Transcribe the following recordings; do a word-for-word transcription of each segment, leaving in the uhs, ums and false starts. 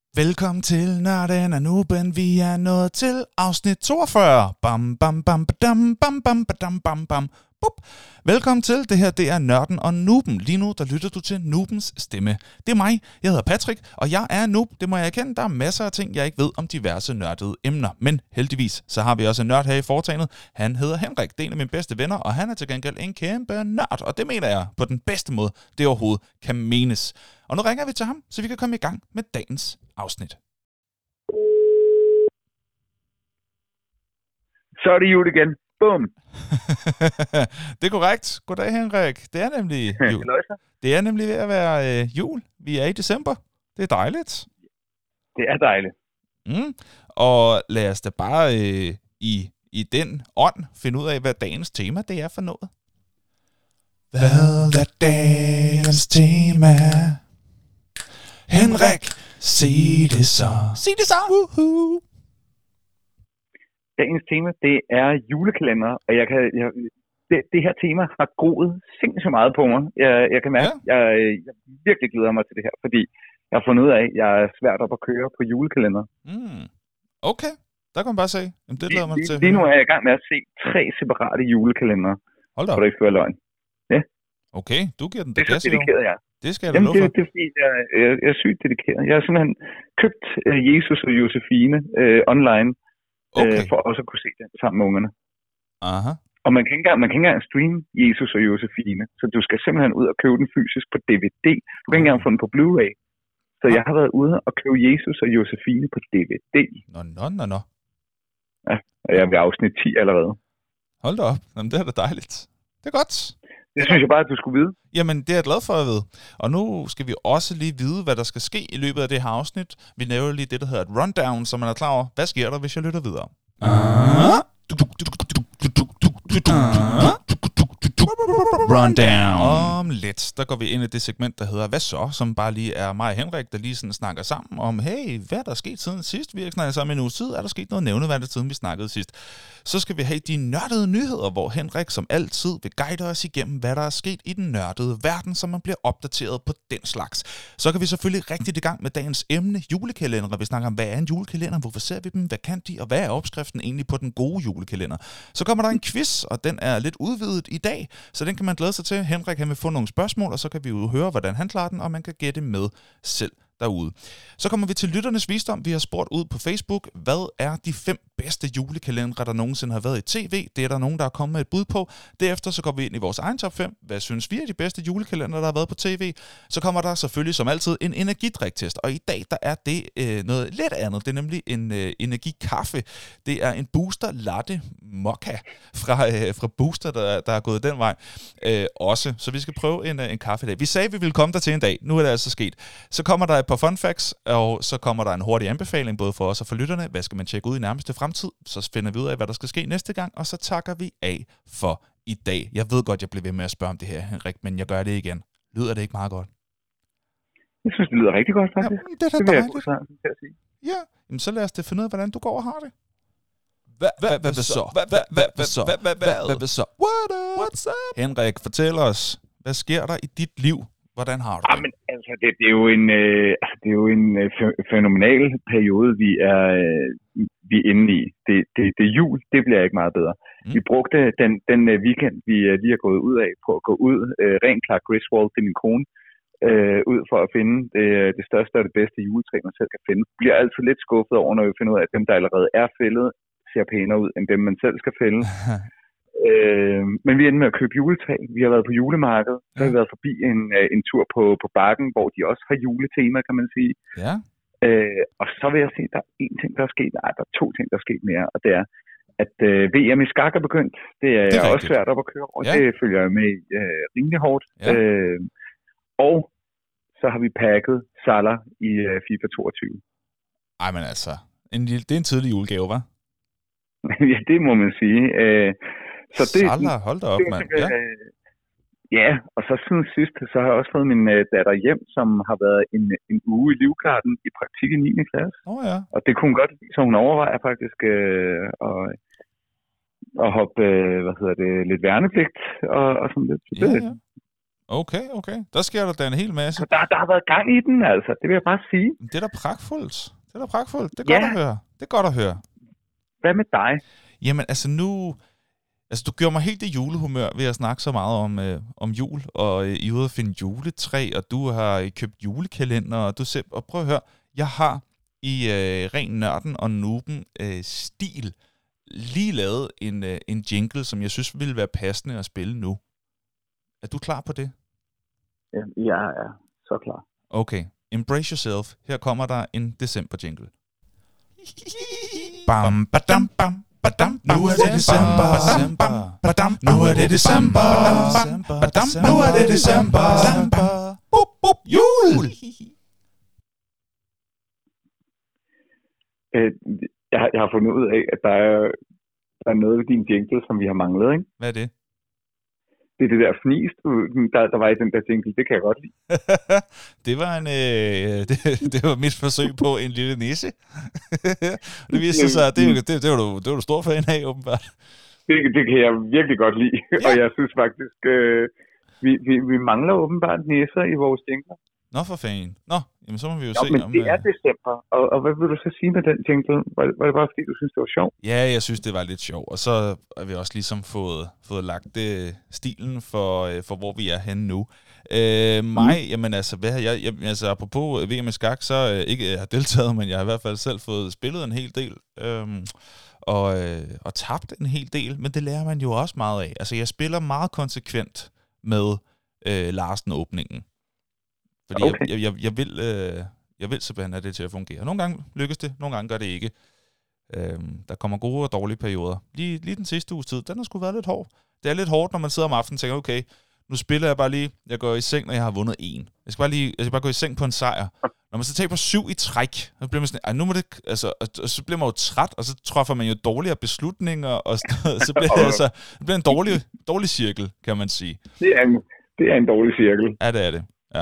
Velkommen til Nørden og Nuben. Vi er nået til afsnit toogfyrre. Bam, bam, bam, badam, bam, bam, badam, bam, bam. Bup. Velkommen til. Det her, det er Nørden og Nuben. Lige nu, der lytter du til Nubens stemme. Det er mig. Jeg hedder Patrick, og jeg er noob. Det må jeg erkende. Der er masser af ting, jeg ikke ved om diverse nørdede emner. Men heldigvis, så har vi også en nørd her i foretagendet. Han hedder Henrik. Det er en af mine bedste venner, og han er til gengæld en kæmpe nørd. Og det mener jeg på den bedste måde, det overhovedet kan menes. Og nu ringer vi til ham, så vi kan komme i gang med dagens afsnit. Så er det jul igen. Bum. Det er korrekt. Goddag, Henrik. Det er nemlig jul. Det er nemlig ved at være øh, jul. Vi er i december. Det er dejligt. Det er dejligt. Mm. Og lad os da bare øh, i, i den ånd finde ud af, hvad dagens tema det er for noget. Hvad er dagens tema? Henrik, sig det så. Sig det så. Woohoo. Dagens tema, det er julekalender, og jeg kan, jeg, det, det her tema har groet sindssygt meget på mig. Jeg, jeg kan mærke, ja. jeg, jeg virkelig glæder mig til det her, fordi jeg har fundet ud af, at jeg er svært op at køre på julekalender. Mm. Okay, der kan man bare se. Jamen, det glæder mig lige, til. Lige nu er jeg i gang med at se tre separate julekalendere. Hold da op. For det ikke skal være løgn. Ja. Okay, du giver den det gas. Det er så dedikeret, jeg. Det skal jeg Jamen, da det, for. det er fordi, jeg, jeg, jeg er sygt dedikeret. Jeg har simpelthen købt uh, Jesus og Josefine uh, online. Okay. Øh, for også at kunne se det sammen med ungerne. Aha. Og man kan ikke engang, man kan ikke engang streame Jesus og Josefine, så du skal simpelthen ud og købe den fysisk på D V D. Du kan ikke engang få den på Blu-ray. Så ah. jeg har været ude og købe Jesus og Josefine på D V D. Nå, nå, nå, nå. Ja, og jeg er ved afsnit ti allerede. Hold da op. Jamen, det er da dejligt. Det er godt. Det synes jeg bare, at du skulle vide. Jamen, det er jeg glad for at vide. Og nu skal vi også lige vide, hvad der skal ske i løbet af det her afsnit. Vi nævner lige det, der hedder et rundown, så man er klar over, hvad sker der, hvis jeg lytter videre. Rundown. Om lidt, der går vi ind i det segment, der hedder Hvad så? Som bare lige er mig og Henrik, der lige sådan snakker sammen om, hey, hvad er der sket siden sidst? Vi har ikke snakket sammen en uge tid. Er der sket noget nævneværdigt siden vi snakkede sidst? Så skal vi have de nørdede nyheder, hvor Henrik som altid vil guide os igennem, hvad der er sket i den nørdede verden, så man bliver opdateret på den slags. Så kan vi selvfølgelig rigtig i gang med dagens emne, julekalender. Vi snakker om, hvad er en julekalender? Hvorfor ser vi dem? Hvad kan de? Og hvad er opskriften egentlig på den gode julekalender? Så kommer der en quiz, og den er lidt udvidet i dag, så den kan man glæde sig til. Henrik han vil få nogle spørgsmål, og så kan vi jo høre, hvordan han klarer den, og man kan gætte med selv derude. Så kommer vi til lytternes visdom. Vi har spurgt ud på Facebook, hvad er de fem bedste julekalendere, der nogensinde har været i tv? Det er der nogen, der er kommet med et bud på. Derefter så går vi ind i vores egen top fem. Hvad synes vi er de bedste julekalendere, der har været på tv? Så kommer der selvfølgelig som altid en energidriktest. Og i dag, der er det øh, noget lidt andet. Det er nemlig en øh, energikaffe. Det er en Booster Latte Mocha fra, øh, fra Booster, der, der er gået den vej øh, også. Så vi skal prøve en, øh, en kaffe i dag. Vi sagde, at vi ville komme der til en dag. Nu er det altså sket. Så kommer der et par fun facts, og så kommer der en hurtig anbefaling, både for os og for lytterne. Hvad skal man tjekke ud i nærmeste fremtid? Så finder vi ud af, hvad der skal ske næste gang, og så takker vi af for i dag. Jeg ved godt, jeg bliver ved med at spørge om det her, Henrik, men jeg gør det igen. Lyder det ikke meget godt? Jeg synes, det lyder rigtig godt, faktisk. Ja, det er da det vil dejligt. jeg kunne sige. Ja, jamen, så lad os det finde ud af, hvordan du går og har det. Hvad så? Hvad så? What's up? Henrik, fortæl os, hvad sker der i dit liv? Hvordan har du det? Ja, men altså, det, det er jo en, øh, altså, det er jo en øh, fænomenal periode, vi er, øh, vi er inde i. Det, det, det er jul, det bliver ikke meget bedre. Mm. Vi brugte den, den øh, weekend, vi øh, lige er gået ud af, på at gå ud, øh, rent Clark Griswold til min kone, øh, ud for at finde det, det største og det bedste juletræ, man selv kan finde. Vi bliver altid lidt skuffet over, når vi finder ud af, at dem, der allerede er fældet, ser pænere ud, end dem, man selv skal fælde. Øh, men vi endte med at købe juletræ. Vi har været på julemarkedet. Så har vi været forbi en, en tur på, på Bakken, hvor de også har juletema, kan man sige. Ja. Øh, og så vil jeg sige, at der er en ting, der er sket. Nej, der er to ting, der er sket mere. Og det er, at øh, V M i skak er begyndt. Det er, det er også svært op at køre over. Ja. Det følger jeg med øh, rimelig hårdt. Ja. Øh, og så har vi packet Salah i øh, FIFA toogtyve. Ej, men altså, en, det er en tidlig julegave, hva'? Ja, det må man sige. Øh, Så det, Salah, hold da op, mand. Ja. Øh, ja, og så siden sidst, så har jeg også fået min øh, datter hjem, som har været en, en uge i Livgarden i praktik i niende klasse. Oh, ja. Og det kunne hun godt, så hun overvejer faktisk øh, at, at hoppe, øh, hvad hedder det, lidt værnepligt og, og sådan lidt. Så ja, det, ja. Okay, okay. Der sker der da en hel masse. Så der, der har været gang i den, altså. Det vil jeg bare sige. Det er da pragtfuldt. Det er da pragtfuldt. Det er ja. godt at høre. Det er godt at høre. Hvad med dig? Jamen, altså nu... Altså, du gjorde mig helt i julehumør ved at snakke så meget om, øh, om jul, og øh, I er ude at finde juletræ, og du har øh, købt julekalender, og du selv... Og prøv at høre, jeg har i øh, ren nørden og nuben øh, stil lige lavet en, øh, en jingle, som jeg synes ville være passende at spille nu. Er du klar på det? Ja, jeg er så klar. Okay. Embrace yourself. Her kommer der en december-jingle. Bam, badam, bam, badam. Nu er det december. Badam, nu er det december. Badam, nu er det december. Bup, bup, jul! Øh, jeg, jeg har fundet ud af, at der er, der er noget ved din jingle, som vi har manglet, ikke? Hvad er det? Det er det der fnis, du, der, der var i den der jingle. Det kan jeg godt lide. det var en, øh, det, det var mit forsøg på en lille nisse. det viste sig, at det, det, det, var du, det var du stor fan af, åbenbart. Det, det kan jeg virkelig godt lide. Ja. Og jeg synes faktisk, øh, vi, vi, vi mangler åbenbart nisser i vores jingler. Nå for fanden. Nå, jamen så må vi jo jo, se men om... det er december. Og, og hvad vil du så sige med den jingle? Var, var det bare fordi, du synes, det var sjovt? Ja, jeg synes, det var lidt sjovt. Og så har vi også ligesom fået, fået lagt det, stilen for, for, hvor vi er henne nu. Øh, mig, mm. jamen altså, hvad har jeg... jeg altså, apropos V M i skak, så øh, ikke jeg har deltaget, men jeg har i hvert fald selv fået spillet en hel del. Øhm, og, øh, og tabt en hel del, men det lærer man jo også meget af. Altså, jeg spiller meget konsekvent med øh, Larsen-åbningen. Fordi okay. jeg, jeg, jeg, vil, øh, jeg vil simpelthen have det til at fungere. Nogle gange lykkes det, nogle gange gør det ikke. Øhm, der kommer gode og dårlige perioder. Lige, lige den sidste uges tid, den har sgu været lidt hård. Det er lidt hårdt, når man sidder om aftenen og tænker, okay, nu spiller jeg bare lige, jeg går i seng, når jeg har vundet en. Jeg skal bare, lige, jeg skal bare gå i seng på en sejr. Når man så taber syv i træk, så bliver man sådan, ej, nu må det, altså, og så bliver man jo træt, og så træffer man jo dårligere beslutninger, og så bliver det altså, det bliver en dårlig, dårlig cirkel, kan man sige. Det er en, det er en dårlig cirkel. Ja, det er det, ja.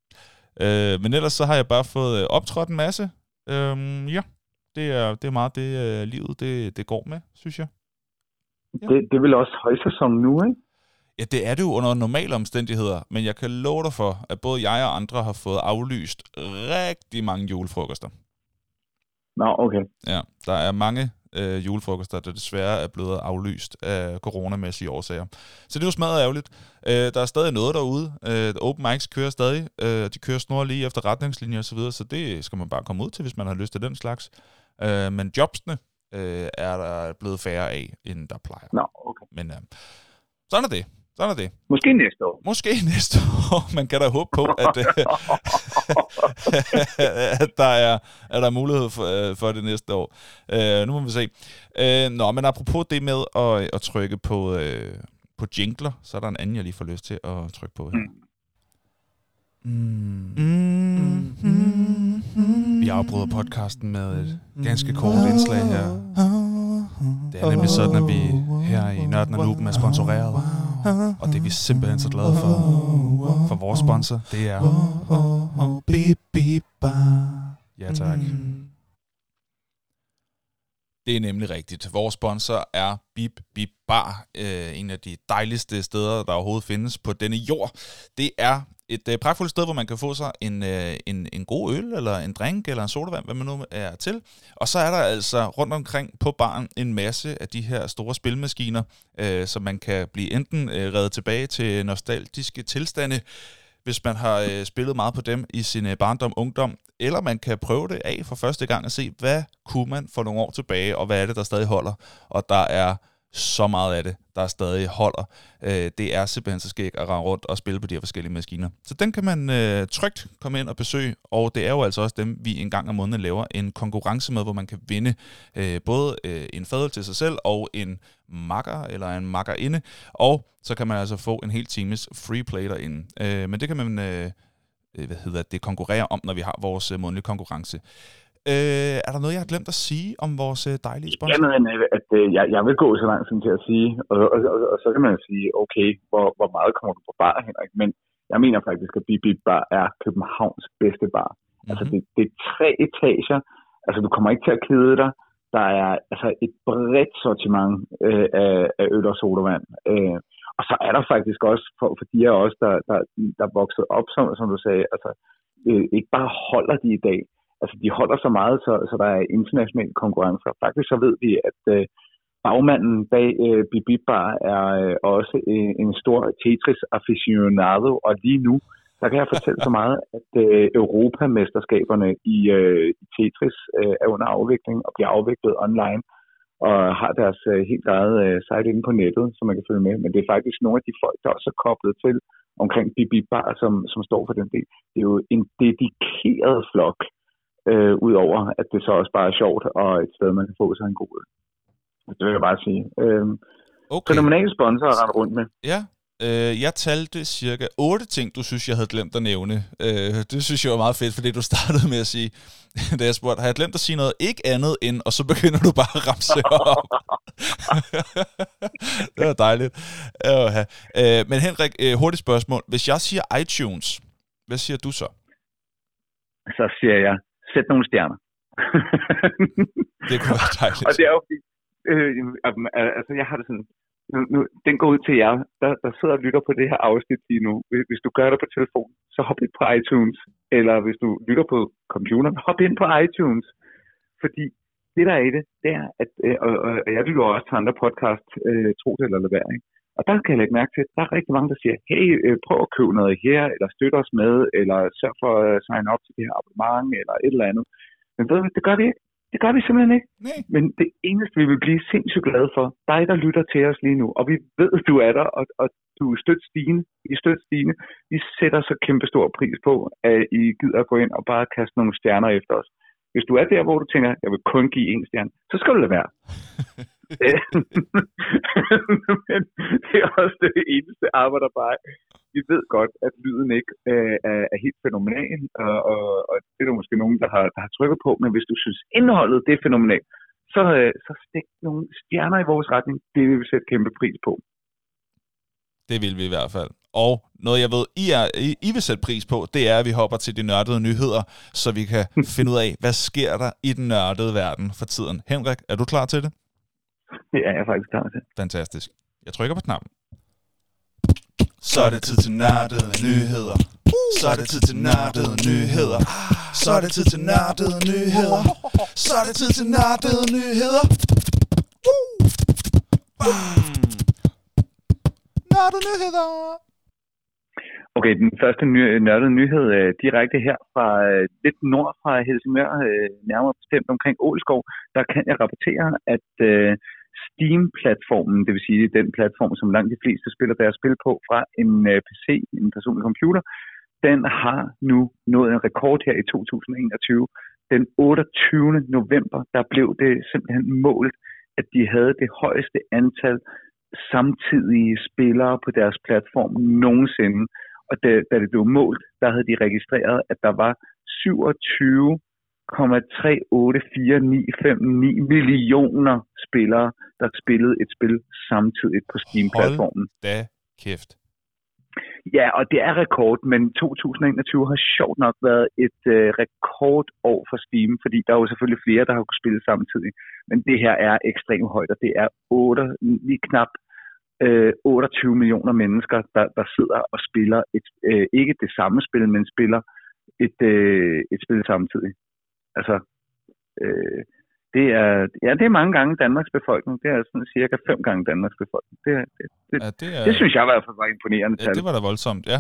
Øh, men ellers så har jeg bare fået øh, optrådt en masse. Øhm, ja, det er, det er meget det, øh, livet det, det går med, synes jeg. Ja. Det, det er vel også højsæson nu, ikke? Ja, det er det jo under normale omstændigheder, men jeg kan love dig for, at både jeg og andre har fået aflyst rigtig mange julefrokoster. Nå, okay. Ja, der er mange øh, julefrokoster, der desværre er blevet aflyst af coronamæssige årsager. Så det er jo smadret ærgerligt. Øh, der er stadig noget derude. Øh, open mics kører stadig. Øh, de kører snor lige efter retningslinjer osv., så, så det skal man bare komme ud til, hvis man har lyst til den slags. Øh, men jobsene øh, er der blevet færre af, end der plejer. Nå, okay. Men øh, sådan er det. Sådan er det. Måske næste år. Måske næste år. Man kan da håbe på, at, at der er, at der er mulighed for, for det næste år. Uh, nu må vi se. Uh, nå, men apropos det med at, at trykke på, uh, på jingler, så er der en anden, jeg lige får lyst til at trykke på her. Mm. Mm. Mm. Mm. Vi afbryder podcasten med et ganske kort indslag her. Det er nemlig sådan, at vi her i Nørden og Nuben er sponsoreret. Og det er vi simpelthen så glade for. For vores sponsor, det er... Ja, tak. Det er nemlig rigtigt. Vores sponsor er Bip Bip Bar. En af de dejligste steder, der overhovedet findes på denne jord. Det er et øh, pragtfuldt sted, hvor man kan få sig en, øh, en, en god øl, eller en drink, eller en sodavand, hvad man nu er til. Og så er der altså rundt omkring på baren en masse af de her store spilmaskiner, øh, så man kan blive enten øh, reddet tilbage til nostalgiske tilstande, hvis man har øh, spillet meget på dem i sin øh, barndom, ungdom, eller man kan prøve det af for første gang og se, hvad kunne man for nogle år tilbage, og hvad er det, der stadig holder. Og der er så meget af det, der stadig holder. Øh, det er simpelthen så skægt at rende rundt og spille på de her forskellige maskiner. Så den kan man øh, trygt komme ind og besøge, og det er jo altså også dem, vi en gang om måneden laver en konkurrence med, hvor man kan vinde øh, både øh, en fadøl til sig selv, og en makker eller en makkerinde, og så kan man altså få en hel times free play derinde. Øh, men det kan man øh, hvad hedder det, konkurrere om, når vi har vores øh, månedlige konkurrence. Øh, er der noget, jeg har glemt at sige om vores øh, dejlige sponsor? Jamen, at, at øh, jeg, jeg vil gå så langt som til at sige, og, og, og, og så kan man sige, okay, hvor, hvor meget kommer du på bar, Henrik? Men jeg mener faktisk, at Bip Bip Bar er Københavns bedste bar. Mm-hmm. Altså, det, det er tre etager. Altså, du kommer ikke til at kede dig. Der er altså et bredt sortiment øh, af, af øl og sodavand. Øh, Og så er der faktisk også, for, for de af os, der, der, der er vokset op, som, som du sagde, altså øh, ikke bare holder de i dag, altså de holder så meget, så, så der er international konkurrence. Faktisk så ved vi, at øh, bagmanden bag øh, Bip Bip Bar er øh, også en, en stor Tetris-aficionado, og lige nu, der kan jeg fortælle så meget, at øh, Europamesterskaberne i, øh, i Tetris øh, er under afvikling og bliver afviklet online, og har deres øh, helt eget øh, site inde på nettet, som man kan følge med. Men det er faktisk nogle af de folk, der også er koblet til omkring Bip Bip Bar, som, som står for den del. Det er jo en dedikeret flok, øh, udover at det så også bare er sjovt, og et sted, man kan få sig en god øl. Det vil jeg bare sige. Øh, okay. Fænomenale sponsorer at rende rundt med. Ja. Øh, jeg talte cirka otte ting, du synes, jeg havde glemt at nævne. Øh, det synes jeg var meget fedt, fordi du startede med at sige, da jeg spurgte, har jeg glemt at sige noget? Ikke andet end, og så begynder du bare at ramse op. Det var dejligt. Øh, men Henrik, øh, hurtigt spørgsmål. Hvis jeg siger iTunes, hvad siger du så? Så siger jeg, sæt nogle stjerner. Det kunne være dejligt. Og det er jo fordi, øh, altså jeg har det sådan, Nu, nu, den går ud til jer, der, der sidder og lytter på det her afsnit lige nu. Hvis du gør det på telefon, så hop ind på iTunes. Eller hvis du lytter på computeren, hop ind på iTunes. Fordi det der er i det, det er, at og, og jeg lytter også til andre podcast, øh, tro det eller lade være, ikke? Og der kan jeg lægge mærke til, at der er rigtig mange, der siger, hey, øh, prøv at købe noget her, eller støtte os med, eller sørg for at signe op til det her abonnement, eller et eller andet. Men ved du, det gør vi ikke. Det gør vi simpelthen ikke. Nej. Men det eneste, vi vil blive sindssygt glade for, dig, der lytter til os lige nu, og vi ved, du er der, og, og du er stødt stigende, I er stødt stigende. Vi sætter så kæmpe stor pris på, at I gider at gå ind og bare kaste nogle stjerner efter os. Hvis du er der, hvor du tænker, jeg vil kun give en stjerne, så skal du lade være. Men det er også det eneste arbejder bare. Vi ved godt, at lyden ikke øh, er, er helt fænomenal, og, og, og det er der måske nogen, der har, der har trykket på, men hvis du synes, indholdet det er fænomenalt, så, øh, så stik nogle stjerner i vores retning. Det vil vi sætte kæmpe pris på. Det vil vi i hvert fald. Og noget, jeg ved, I, er, I, I vil sætte pris på, det er, at vi hopper til de nørdede nyheder, så vi kan finde ud af, hvad sker der i den nørdede verden for tiden. Henrik, er du klar til det? Det er jeg faktisk klar til. Fantastisk. Jeg trykker på knappen. Så er det tid til nørdede nyheder. Så er det tid til nørdede nyheder. Så er det tid til nørdede nyheder. Så er det tid til nørdede nyheder. Nørdede nyheder. Okay, den første ny- nørdede nyhed øh, direkte her fra øh, lidt nord fra Helsingør, øh, nærmere bestemt omkring Ålskov, der kan jeg rapportere, at øh, Steam-platformen, det vil sige den platform, som langt de fleste spiller deres spil på fra en øh, P C, en personlig computer, den har nu nået en rekord her i to tusind og enogtyve. Den otteogtyvende november, der blev det simpelthen målt, at de havde det højeste antal samtidige spillere på deres platform nogensinde. Og da, da det blev målt, der havde de registreret, at der var syvogtyve komma tre otte fire ni fem ni millioner spillere, der spillede et spil samtidigt på Steam-platformen. Hold da kæft. Ja, og det er rekord, men to tusind og enogtyve har sjovt nok været et øh, rekordår for Steam, fordi der er jo selvfølgelig flere, der har kunnet spille samtidig. Men det her er ekstremt højt, og det er otte, lige knap øh, otteogtyve millioner mennesker, der, der sidder og spiller et, øh, ikke det samme spil, men spiller et, øh, et spil samtidig. Altså, øh, det er, ja, det er mange gange Danmarks befolkning. Det er sådan cirka fem gange Danmarks befolkning. Det, det, det, ja, det, er, det synes jeg i hvert fald var imponerende. Ja, det var da voldsomt, ja.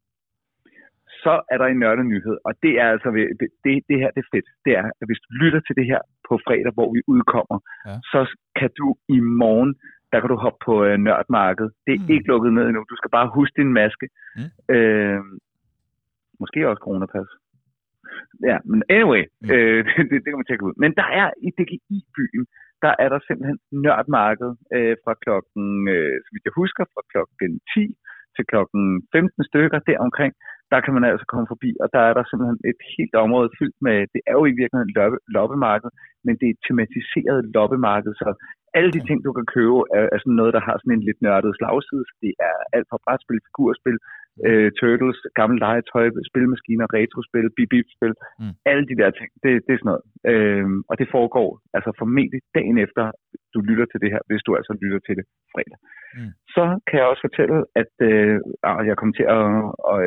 Så er der en nørdet nyhed, og det er altså, det, det, det her det er fedt. Det er, at hvis du lytter til det her på fredag, hvor vi udkommer, ja. Så kan du i morgen, der kan du hoppe på øh, Nørdmarkedet. Det er mm. ikke lukket ned endnu. Du skal bare huske din maske. Mm. Øh, måske også coronapas. Ja, men anyway, mm. øh, det, det kan man tjekke ud. Men der er i D G I-byen, der er der simpelthen Nørdmarked øh, fra klokken, øh, så vidt jeg husker, fra klokken ti til klokken femten stykker deromkring. Der kan man altså komme forbi, og der er der simpelthen et helt område fyldt med, det er jo i virkeligheden et loppe, loppemarked, men det er et tematiseret loppemarked, så alle de ting, du kan købe, er, er sådan noget, der har sådan en lidt nørdet slagside. Det er alt fra brætspil, figurspil, øh, Turtles, gamle legetøj, spilmaskiner, retrospil, bip-bip-spil, mm. alle de der ting, det, det er sådan noget. Øh, og det foregår altså formentlig dagen efter, du lytter til det her, hvis du altså lytter til det fredag. Mm. Så kan jeg også fortælle, at øh, jeg kommer til at... Og,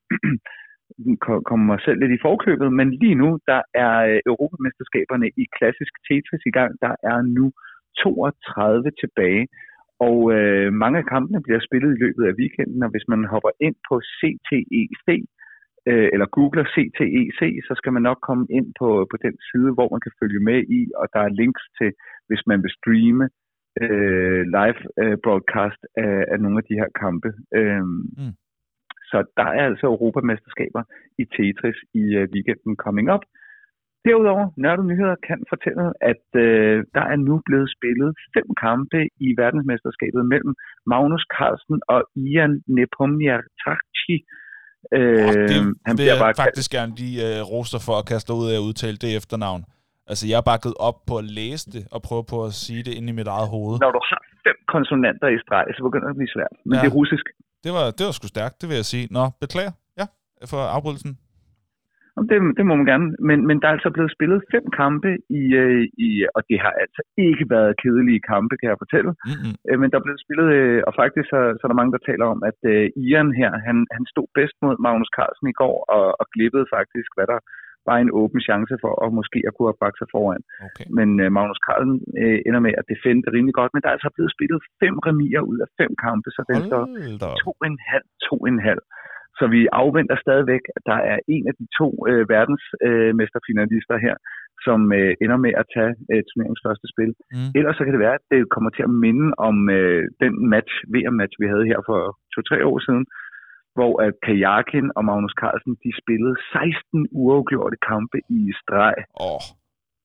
kommer mig selv lidt i forkøbet, men lige nu, der er Europamesterskaberne i klassisk Tetris i gang. Der er nu toogtredive tilbage, og øh, mange af kampene bliver spillet i løbet af weekenden, og hvis man hopper ind på C T E C, øh, eller googler C T E C, så skal man nok komme ind på, på den side, hvor man kan følge med i, og der er links til, hvis man vil streame øh, live øh, broadcast af, af nogle af de her kampe. Øh, mm. Så der er altså Europamesterskaber i Tetris i uh, weekenden coming up. Derudover, Nørdet Nyheder kan fortælle, at øh, der er nu blevet spillet fem kampe i verdensmesterskabet mellem Magnus Carlsen og Ian Nepomniachtchi. Øh, oh, det han vil jeg bare faktisk kaldt... gerne lige uh, rose for at kaste ud af at udtale det efternavn. Altså, jeg er bare gået op på at læse det og prøve på at sige det inde i mit eget hoved. Når du har fem konsonanter i streg, så begynder det at blive svært. Men ja. Det er russisk. Det var, det var sgu stærkt, det vil jeg sige. Nå, beklager. Ja, for afbrydelsen. Det, det må man gerne. Men, men der er altså blevet spillet fem kampe, i, i, og det har altså ikke været kedelige kampe, kan jeg fortælle. Mm-hmm. Men der er blevet spillet, og faktisk så, så er der mange, der taler om, at uh, Ian her, han, han stod bedst mod Magnus Carlsen i går, og, og glippede faktisk, hvad der var en åben chance for, at måske at kunne have bragt sig foran. Okay. Men uh, Magnus Carlsen uh, ender med at defende det rimelig godt, men der er altså blevet spillet fem remier ud af fem kampe, så den står to og en halv, to og en halv. Så vi afventer stadigvæk, at der er en af de to øh, verdensmesterfinalister øh, her, som øh, ender med at tage øh, turneringens første spil. Mm. Ellers så kan det være, at det kommer til at minde om øh, den match, V M-match, vi havde her for to-tre år siden, hvor at Kajakin og Magnus Carlsen, de spillede seksten uafgjorte kampe i streg. Åh. Oh.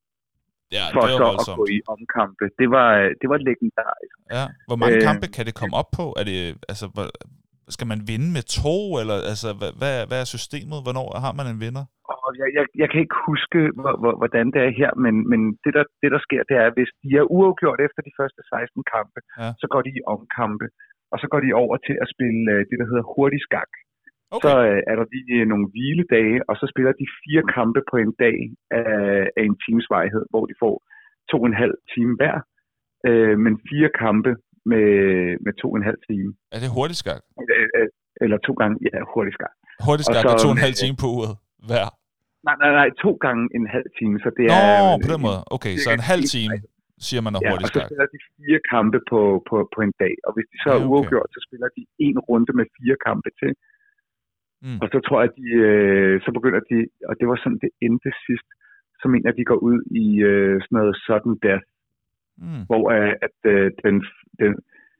Ja, for det så voldsomt. At gå i omkampe. Det var, det var legendarisk. Ja. Hvor mange øh, kampe kan det komme op på? Er det, altså, skal man vinde med to, eller altså, hvad, hvad, hvad er systemet? Hvornår har man en vinder? Oh, jeg, jeg, jeg kan ikke huske, hvordan det er her, men, men det, der, det der sker, det er, at hvis de er uafgjort efter de første seksten kampe, ja. Så går de i omkampe, og så går de over til at spille det, der hedder hurtig skak. Okay. Så øh, er der lige nogle hviledage, og så spiller de fire kampe på en dag af, af en times varighed, hvor de får to og en halv time hver, øh, men fire kampe med, med to og en halv time. Er det hurtig skak? Eller to gange, ja, hurtig skak. Hurtig skak og, så, og to og en halv time på uret hver? Nej, nej, nej, to gange en halv time, så det Nå, er... Nå, på den måde. Okay, så en halv time, siger man, er ja, hurtig skak. Ja, og så spiller de fire kampe på, på, på en dag, og hvis de så er ja, okay. uafgjort, så spiller de en runde med fire kampe til. Mm. Og så tror jeg, at de, øh, så begynder de, og det var sådan, det endte sidst, så mener de går ud i øh, sådan noget sudden death, mm. hvor øh, at øh, den, den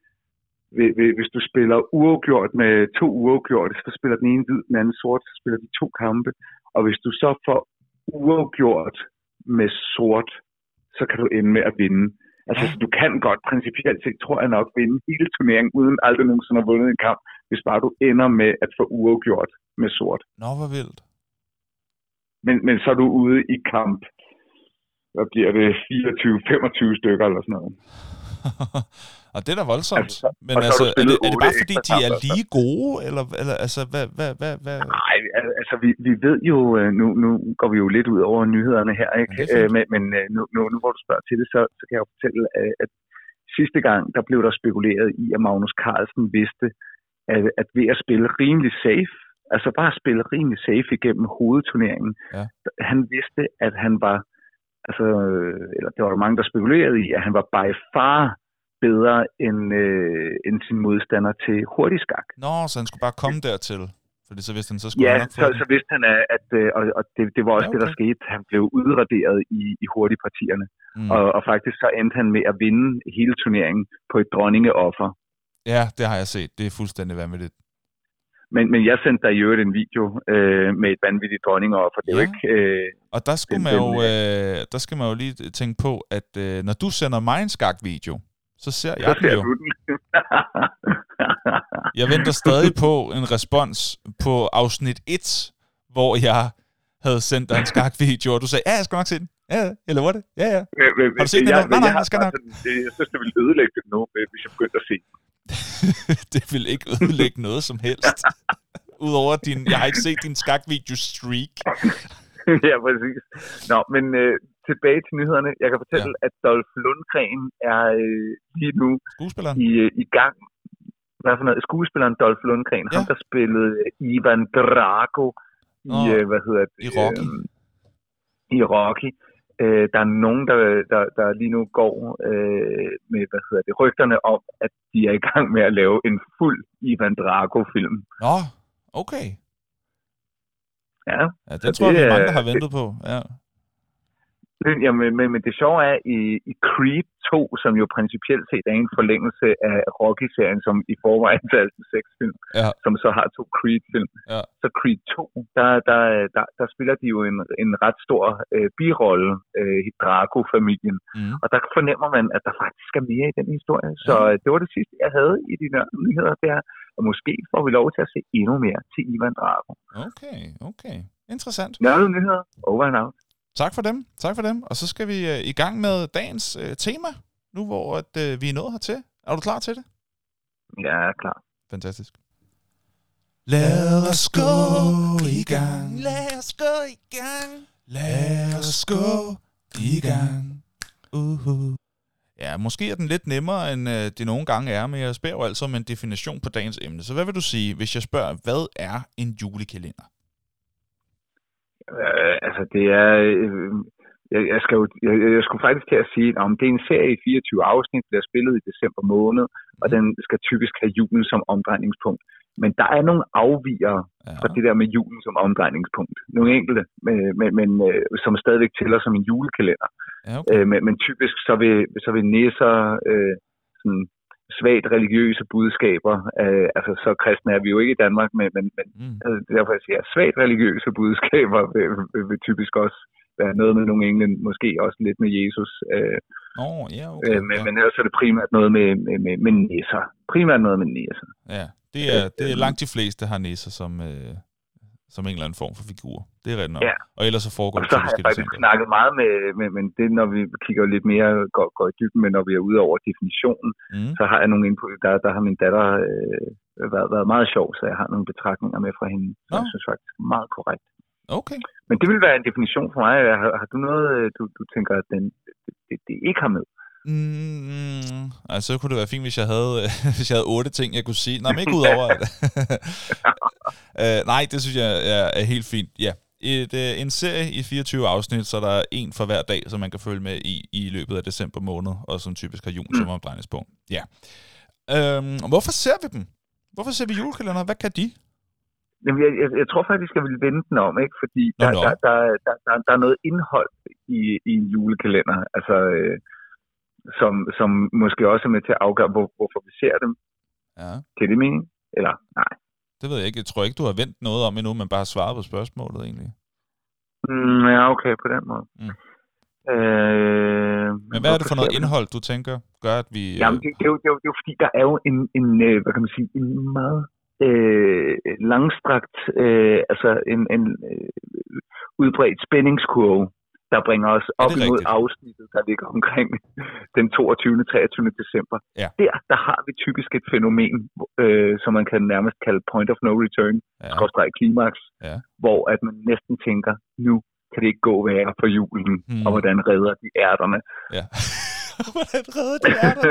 hvis du spiller uafgjort med to uafgjorte, så spiller den ene hvid, den anden sort, så spiller de to kampe. Og hvis du så får uafgjort med sort, så kan du ende med at vinde. Altså, ja. Du kan godt principielt set, tror jeg nok, vinde hele turneringen, uden aldrig nogensinde har vundet en kamp, hvis bare du ender med at få uafgjort med sort. Nå, hvor vildt. Men, men så er du ude i kamp, hvad bliver det, fireogtyve til femogtyve stykker eller sådan noget. Og det er da voldsomt. Altså, men altså, er det, er det bare fordi, de er lige gode? Eller, eller altså, hvad... hvad, hvad, hvad? Nej, altså, vi, vi ved jo... Nu, nu går vi jo lidt ud over nyhederne her, ikke? Men, men nu, nu, nu hvor du spørger til det, så, så kan jeg jo fortælle, at sidste gang, der blev der spekuleret i, at Magnus Carlsen vidste, at, at ved at spille rimelig safe, altså bare at spille rimelig safe igennem hovedturneringen, ja. Han vidste, at han var... Altså, eller det var der mange, der spekulerede i, at han var by far bedre end, øh, end sin modstander til hurtig skak. Nå, så han skulle bare komme dertil, fordi så vidste han, så skulle ja, han nok så, så vidste han, at, og, og det, det var også ja, okay. det, der skete. Han blev udraderet i, i hurtigpartierne, mm. og, og faktisk så endte han med at vinde hele turneringen på et dronningeoffer. Ja, det har jeg set. Det er fuldstændig vanvittigt. Men, men jeg sendte dig jo en video øh, med et vanvittigt dronningeoffer. Det er ja. jo ikke... Øh, og der skal, den, man jo, øh, der skal man jo lige tænke på, at øh, når du sender mig en skak-video, så ser jeg så den jo. Den. Jeg venter stadig på en respons på afsnit et, hvor jeg havde sendt dig en skak-video, og du sagde, ja, jeg skal nok se den. Ja, eller var det? Ja, ja. Men, har du set den? Jeg, nej, nej, jeg, jeg skal nok. Det, jeg synes, det ville ødelægge det nu, hvis jeg begyndte at se den. Det vil ikke ødelægge noget som helst. Udover din, jeg har ikke set din skakvideo-streak. Ja, præcis. Nå, men øh, tilbage til nyhederne. Jeg kan fortælle, ja. at Dolph Lundgren er øh, lige nu i, øh, i gang. Hvad for noget? Skuespilleren Dolph Lundgren, ja. ham der spillede Ivan Drago i, oh, øh, hvad hedder det? I Rocky. Øh, I Rocky. Øh, der er nogen, der, der, der lige nu går øh, med, hvad hedder det, rygterne om, at de er i gang med at lave en fuld Ivan Drago-film. Nå, okay. Ja. Ja, det tror jeg, vi mange, der har ventet på. Ja. Ja, men, men, men det sjove er, i, i Creed to, som jo principielt set er en forlængelse af Rocky-serien, som i forvejen er altså seks film, ja. som så har to Creed-film. Ja. Så Creed to, der, der, der, der spiller de jo en, en ret stor øh, birolle øh, i Drago-familien. Mm. Og der fornemmer man, at der faktisk er mere i den historie. Så ja. det var det sidste, jeg havde i de nyheder der. Og måske får vi lov til at se endnu mere til Ivan Drago. Okay, okay. Interessant. Ja, nyheder. Over and out. Tak for dem, tak for dem. Og så skal vi øh, i gang med dagens øh, tema, nu hvor at, øh, vi er nået hertil. Er du klar til det? Ja, jeg er klar. Fantastisk. Lad os gå i gang. Lad os gå i gang. Lad os gå i gang. Uh-huh. Ja, måske er den lidt nemmere, end øh, det nogle gange er, men jeg spørger jo altså om en definition på dagens emne. Så hvad vil du sige, hvis jeg spørger, hvad er en julekalender? Uh, altså det er, uh, jeg, jeg, skal jo, jeg, jeg skulle faktisk til at sige, om det er en serie i fireogtyve afsnit, der er spillet i december måned, mm. og den skal typisk have julen som omdrejningspunkt. Men der er nogle afvigere ja. fra det der med julen som omdrejningspunkt. Nogle enkelte, men, men, men uh, som stadigvæk tæller som en julekalender. Ja, okay. uh, men, men typisk så vil, så vil næser uh, sådan svagt religiøse budskaber, øh, altså så kristne er vi jo ikke i Danmark, men, men, men mm. altså, derfor jeg siger, svagt religiøse budskaber vil, vil, vil typisk også være noget med nogle engle, måske også lidt med Jesus. Øh, oh, yeah, okay, øh, men, ja. men ellers er det primært noget med, med, med, med næser. Primært noget med næser. Ja, det er, det er langt de fleste har næser som... Øh som en eller anden form for figur. Det er ret nok. Ja. Og ellers så foregår det typisk. Og så har jeg faktisk snakket meget med, med, men det når vi kigger lidt mere, går, går i dybden, men når vi er ude over definitionen, mm. så har jeg nogle input, der, der har min datter øh, været, været meget sjov, så jeg har nogle betragtninger med fra hende, som oh. jeg synes faktisk er meget korrekt. Okay. Men det vil være en definition for mig. Har, har du noget, du, du tænker, at den, det, det, det ikke har med? Mm, altså, så kunne det være fint, hvis jeg havde, hvis jeg havde otte ting, jeg kunne sige. Nej, men ikke ud over det. uh, nej, det synes jeg er, er helt fint. Ja, Et, uh, en serie i fireogtyve afsnit, så der er en for hver dag, som man kan følge med i i løbet af december måned, og som typisk har julen mm. som omdrejningspunkt. Ja. Um, hvorfor ser vi dem? Hvorfor ser vi julekalender? Hvad kan de? Jamen, jeg, jeg, jeg tror faktisk, jeg vil vende den om, ikke? Fordi der, no, no. Der, der, der, der, der er noget indhold i, i en julekalender. Altså... Øh, Som, som måske også er med til at afgøre, hvor, hvorfor vi ser dem. Ja. Kan det mening? Eller nej? Det ved jeg ikke. Jeg tror ikke, du har vendt noget om endnu, men bare svaret på spørgsmålet egentlig. Mm, ja, okay, på den måde. Mm. Øh, men hvad er det for noget indhold, du tænker, gør, at vi... Jamen, det, det, er jo, det, er jo, det er jo fordi, der er jo en, en hvad kan man sige, en meget øh, langstrakt, øh, altså en, en øh, udbredt spændingskurve, der bringer os op imod rigtigt? Afsnittet, der ligger omkring den toogtyvende til treogtyvende december. Ja. Der, der har vi typisk et fænomen, øh, som man kan nærmest kalde point of no return, skråstreg klimaks, ja. hvor at man næsten tænker, nu kan det ikke gå værre for julen, hmm. og hvordan redder de ærterne. Ja. Hvordan redder de ærterne?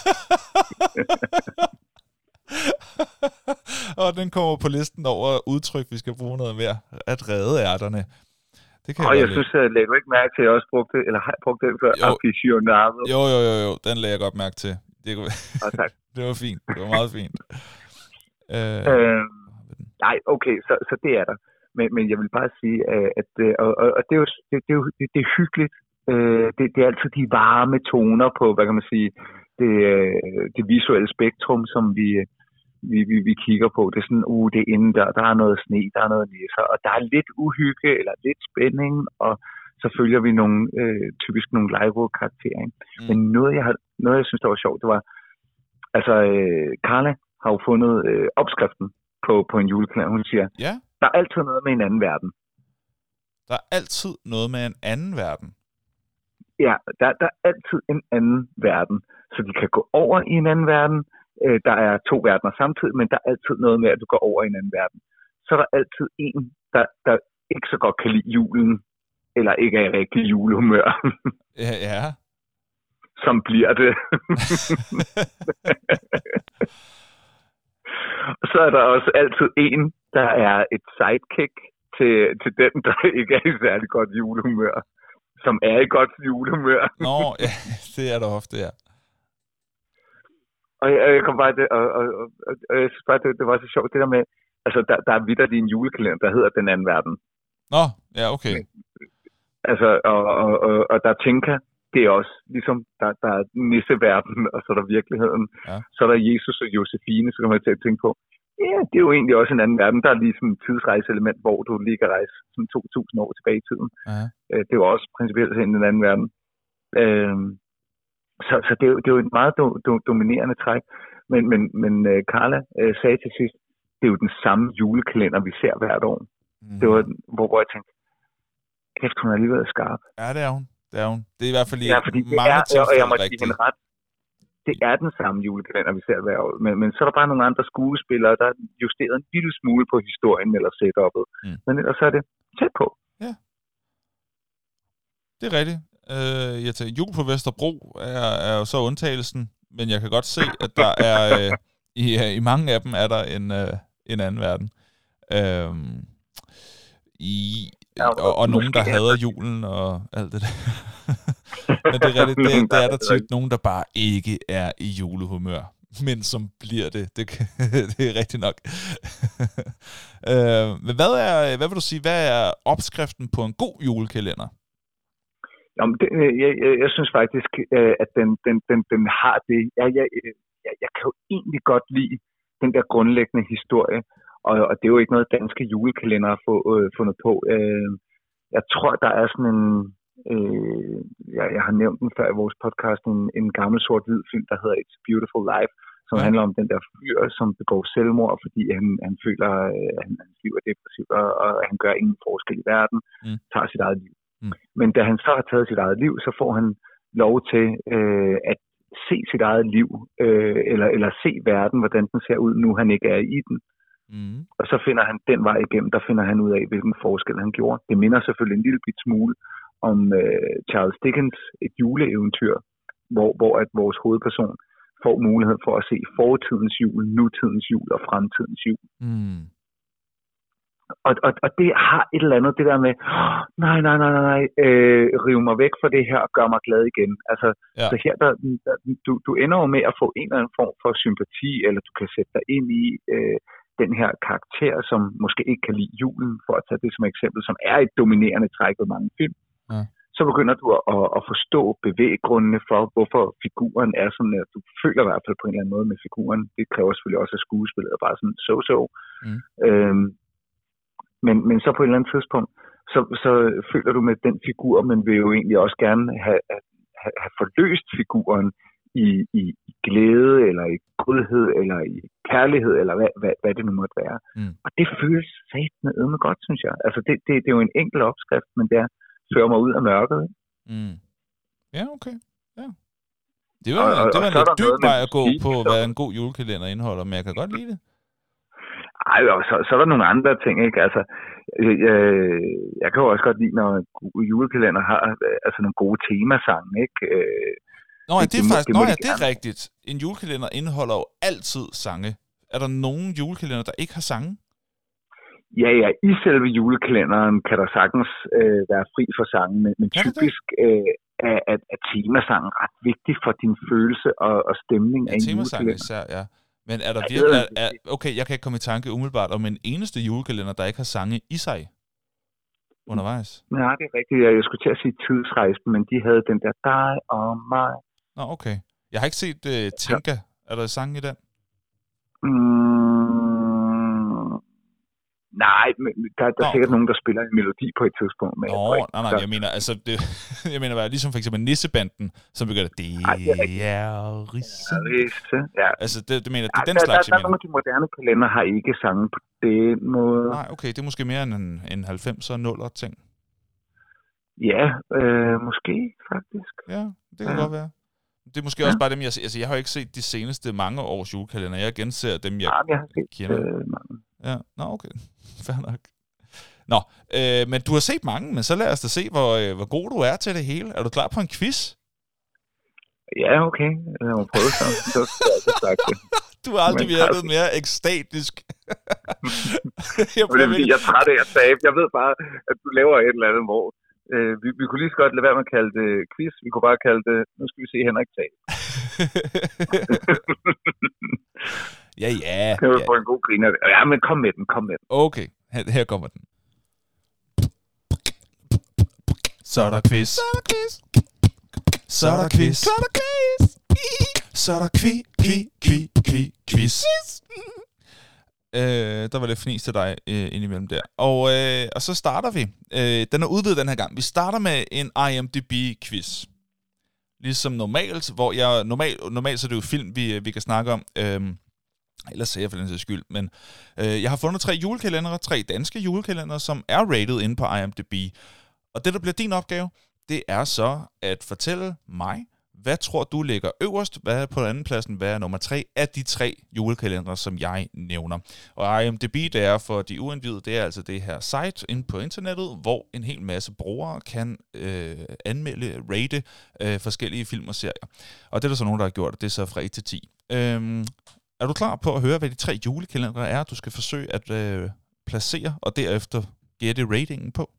Og den kommer på listen over udtryk, vi skal bruge noget mere. At redde ærterne. Det kan og jeg, jeg synes, at lagde du ikke mærke til, at jeg også brugte det, eller har jeg brugt det før? Jo. jo, jo, jo, jo, den lagde jeg godt mærke til. Det, kunne... oh, tak. Det var fint, det var meget fint. øh... Øh, nej, okay, så, så det er der. Men, men jeg vil bare sige, at og, og, og det, er jo, det, det, er jo, det, det er hyggeligt. Det, det er altid de varme toner på, hvad kan man sige, det, det visuelle spektrum, som vi... Vi, vi, vi kigger på. Det er sådan, uh, det er inden der, der er noget sne, der er noget næser, og der er lidt uhygge, eller lidt spænding, og så følger vi nogle, øh, typisk nogle live-karakterer. Mm. Men noget jeg, har, noget, jeg synes, der var sjovt, det var, altså, øh, Carla har jo fundet øh, opskriften på, på en julekalender. Hun siger, ja. Der er altid noget med en anden verden. Der er altid noget med en anden verden? Ja, der, der er altid en anden verden, så de kan gå over i en anden verden. Der er to verdener samtidig, men der er altid noget med, at du går over i en anden verden. så er der altid en, der, der ikke så godt kan lide julen, eller ikke er i rigtig julehumør. Ja, ja. Som bliver det. Og så er der også altid en, der er et sidekick til, til den, der ikke er i særlig godt julehumør. Som er i godt julehumør. Nå, ja, det er der ofte, ja. Og jeg, jeg kom bare det, og, og, og, og jeg synes bare, det, det var så sjovt, det der med, altså der, der er vitterlig en julekalender, der hedder Den Anden Verden. Nå, ja, okay. Altså, og, og, og, og der tænker, det er også ligesom, der, der er nisseverden, og så er der virkeligheden. Ja. Så er der Jesus og Josefine, så kan man til at tænke på, ja, det er jo egentlig også en anden verden. Der er lige sådan et tidsrejseelement, hvor du lige kan rejse sådan to tusind år tilbage i tiden. Ja. Det er jo også principielt set en anden verden. Øhm, så så det, er jo, det er jo et meget do, do, dominerende træk. Men, men, men uh, Carla uh, sagde til sidst, det er jo den samme julekalender, vi ser hvert år. Mm. Det var, hvor, hvor jeg tænkte, kæft, hun er alligevel skarp. Ja, det er hun. Det er hun. Det er i hvert fald i ja, fordi mange er, tilfælde og jeg må rigtigt. give hende ret. Det er den samme julekalender, vi ser hver år. Men, men så er der bare nogle andre skuespillere, der er justeret en lille smule på historien eller setup'et. Mm. Men ellers er det tæt på. Ja. Det er rigtigt. Øh, jeg tænker, jul på Vesterbro er, er jo så undtagelsen, men jeg kan godt se, at der er øh, i, i mange af dem er der en, øh, en anden verden. Øh, i, ja, og, og nogen, der hader julen og alt det der. Men det er, rigtigt, det, det er der tit nogen, der bare ikke er i julehumør, men som bliver det. Det, det er rigtigt nok. øh, men hvad, er, hvad vil du sige, hvad er opskriften på en god julekalender? Jamen, det, jeg, jeg, jeg synes faktisk, at den, den, den, den har det. Jeg, jeg, jeg, jeg kan jo egentlig godt lide den der grundlæggende historie, og, og det er jo ikke noget danske julekalender at få øh, fundet på. Øh, jeg tror, der er sådan en... Øh, jeg, jeg har nævnt den før i vores podcast, en, en gammel sort-hvid film, der hedder It's a Beautiful Life, som ja. handler om den der fyr, som begår selvmord, fordi han, han føler, at øh, hans liv er depressivt, og, og han gør ingen forskel i verden, mm. tager sit eget liv. Mm. Men da han så har taget sit eget liv, så får han lov til øh, at se sit eget liv, øh, eller, eller se verden, hvordan den ser ud, nu han ikke er i den. Mm. Og så finder han den vej igennem, der finder han ud af, hvilken forskel han gjorde. Det minder selvfølgelig en lille bit smule om øh, Charles Dickens, et juleeventyr, hvor, hvor at vores hovedperson får mulighed for at se fortidens jul, nutidens jul og fremtidens jul. Mm. Og, og, og det har et eller andet, det der med, oh, nej, nej, nej, nej, øh, rive mig væk fra det her og gør mig glad igen. Altså, ja. Så her, der, der, du, du ender jo med at få en eller anden form for sympati, eller du kan sætte dig ind i øh, den her karakter, som måske ikke kan lide julen, for at tage det som eksempel, som er et dominerende træk ved mange film. Ja. Så begynder du at, at, at forstå bevæggrundene for, hvorfor figuren er sådan, at du føler i hvert fald på en eller anden måde med figuren. Det kræver selvfølgelig også, at skuespillet er bare sådan so-so. Mm. Øhm, men, men så på et eller andet tidspunkt, så, så føler du med den figur, men vil jo egentlig også gerne have, have, have forløst figuren i, i, i glæde, eller i godhed, eller i kærlighed, eller hvad, hvad, hvad det nu måtte være. Mm. Og det føles satme ømme godt, synes jeg. Altså det, det, det er jo en enkel opskrift, men det er fører mig ud af mørket. Mm. Ja, okay. Ja. Det var, og, det var og en lidt dyb vej at gå på, så... hvad en god julekalender indeholder, men jeg kan godt lide det. Ej, og så, så er der nogle andre ting, ikke? Altså, jeg, jeg, jeg kan jo også godt lide, når julekalender har altså nogle gode temasange, ikke? Nå, ja, det er faktisk, nå, ja, det er rigtigt. En julekalender indeholder jo altid sange. Er der nogen julekalender, der ikke har sange? Ja, ja, i selve julekalenderen kan der sagtens øh, være fri for sangen, men, men typisk øh, er, er, er temasangen ret vigtig for din følelse og, og stemning ja, af en julekalender. Især, ja. Men er der ja, virkelig... Er, er, okay, jeg kan ikke komme i tanke umiddelbart om en eneste julekalender, der ikke har sange i sig undervejs. Nej, det er rigtigt. Jeg skulle til at sige Tidsrejsen, men de havde den der dig og mig. Nå, okay. Jeg har ikke set uh, Tinka. Ja. Er der sange i den? Mm, nej, men der, der er sikkert Nå, nogen, der spiller en melodi på et tidspunkt. Nå, nej, nej, nej, jeg mener, altså, det, jeg mener bare, ligesom for eksempel Nissebanden, som begynder, det er Risse. Ja. Altså, det, det mener, det er ja, den der, slags, der, der, der er nogle af de moderne kalender har ikke sange på den måde. Nej, okay, det er måske mere end en, en halvfemser nuller ting. Ja, øh, måske, faktisk. Ja, det kan ja. godt være. Det er måske ja. også bare dem, jeg ser. Altså, jeg har jo ikke set de seneste mange års julekalender. Jeg genser dem, jeg, ja, jeg har set, kender. Øh, mange. Ja, nå, okay. Fair nok. Nå, øh, men du har set mange, men så lad os da se, hvor, øh, hvor god du er til det hele. Er du klar på en quiz? Ja, okay. Jeg må prøve så. Så jeg sagt det. Du har aldrig virket mere ekstatisk. jeg, det er, fordi jeg er træt af at tabe. Jeg ved bare, at du laver et eller andet, hvor øh, vi, vi kunne lige så godt lade være med at kalde det quiz. Vi kunne bare kalde det, nu skal vi se Henrik tabe. ja, ja. Kan vi ja. få en god griner? Ja, men kom med den, kom med den. Okay, her, her kommer den. Så er der quiz. Så er der quiz. Så er der quiz. Så er der quiz. Så er der kvi, kvi, kvi, kvi, quiz. Øh, der var lidt fnis til dig øh, indimellem der. Og, øh, og så starter vi. Øh, den er udvidet den her gang. Vi starter med en I M D B-quiz. Ligesom normalt, hvor jeg... Normalt, normalt så er det jo film, vi, vi kan snakke om. Øh, ellers ser jeg for den sags skyld. Men øh, jeg har fundet tre julekalendere, tre danske julekalendere, som er rated inde på I M D B. Og det, der bliver din opgave, det er så at fortælle mig, hvad tror du ligger øverst, hvad er på andenpladsen, hvad er nummer tre af de tre julekalendere, som jeg nævner. Og I M D B, det er for de uindvidede, det er altså det her site inde på internettet, hvor en hel masse brugere kan øh, anmelde, rate øh, forskellige film og serier. Og det er der så nogen, der har gjort, det er så fra et til ti. Øhm, er du klar på at høre, hvad de tre julekalendere er, du skal forsøge at øh, placere, og derefter gætte ratingen på?